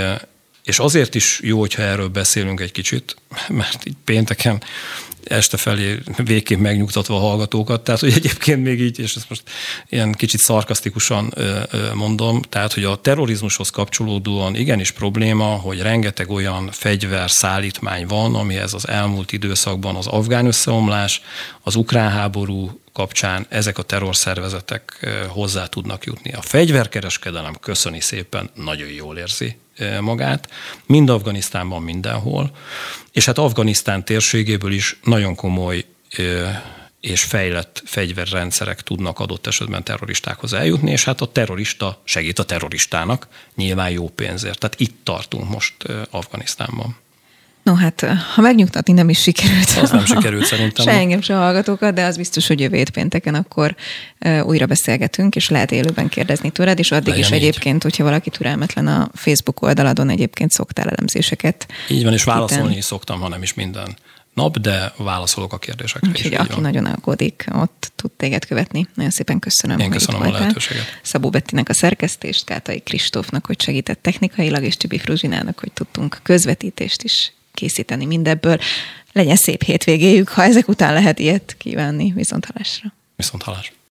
és azért is jó, hogyha erről beszélünk egy kicsit, mert így pénteken este felé végképp megnyugtatva a hallgatókat, tehát hogy egyébként még így, és ezt most ilyen kicsit szarkasztikusan mondom, tehát hogy a terrorizmushoz kapcsolódóan igenis probléma, hogy rengeteg olyan fegyverszállítmány van, amihez az elmúlt időszakban az afgán összeomlás, az ukrán háború kapcsán ezek a terrorszervezetek hozzá tudnak jutni. A fegyverkereskedelem köszöni szépen, nagyon jól érzi magát, mind Afganisztánban, mindenhol, és hát Afganisztán térségéből is nagyon komoly és fejlett fegyverrendszerek tudnak adott esetben terroristákhoz eljutni, és hát a terrorista segít a terroristának nyilván jó pénzért. Tehát itt tartunk most Afganisztánban. No hát, ha megnyugtatni nem is sikerült. Az nem sikerült szerintem. Se engem, se hallgatókat, de az biztos, hogy jövő hét pénteken akkor újra beszélgetünk, és lehet élőben kérdezni tőled, és addig legyen is egyébként, így. Hogyha valaki türelmetlen, a Facebook oldaladon egyébként szoktál elemzéseket. Így van, és válaszolni is szoktam, ha nem is minden nap, de válaszolok a kérdésekre. Úgyhogy aki nagyon aggódik, ott tud téged követni. Nagyon szépen köszönöm. Én köszönöm a lehetőséget. Szabó Bettinek a szerkesztést, Kátai Kristófnak, hogy segített technikailag, és Csibi Fruzsinának, hogy tudtunk közvetítést is készíteni mindebből. Legyen szép hétvégéjük, ha ezek után lehet ilyet kívánni. Viszonthallásra. Viszonthallásra.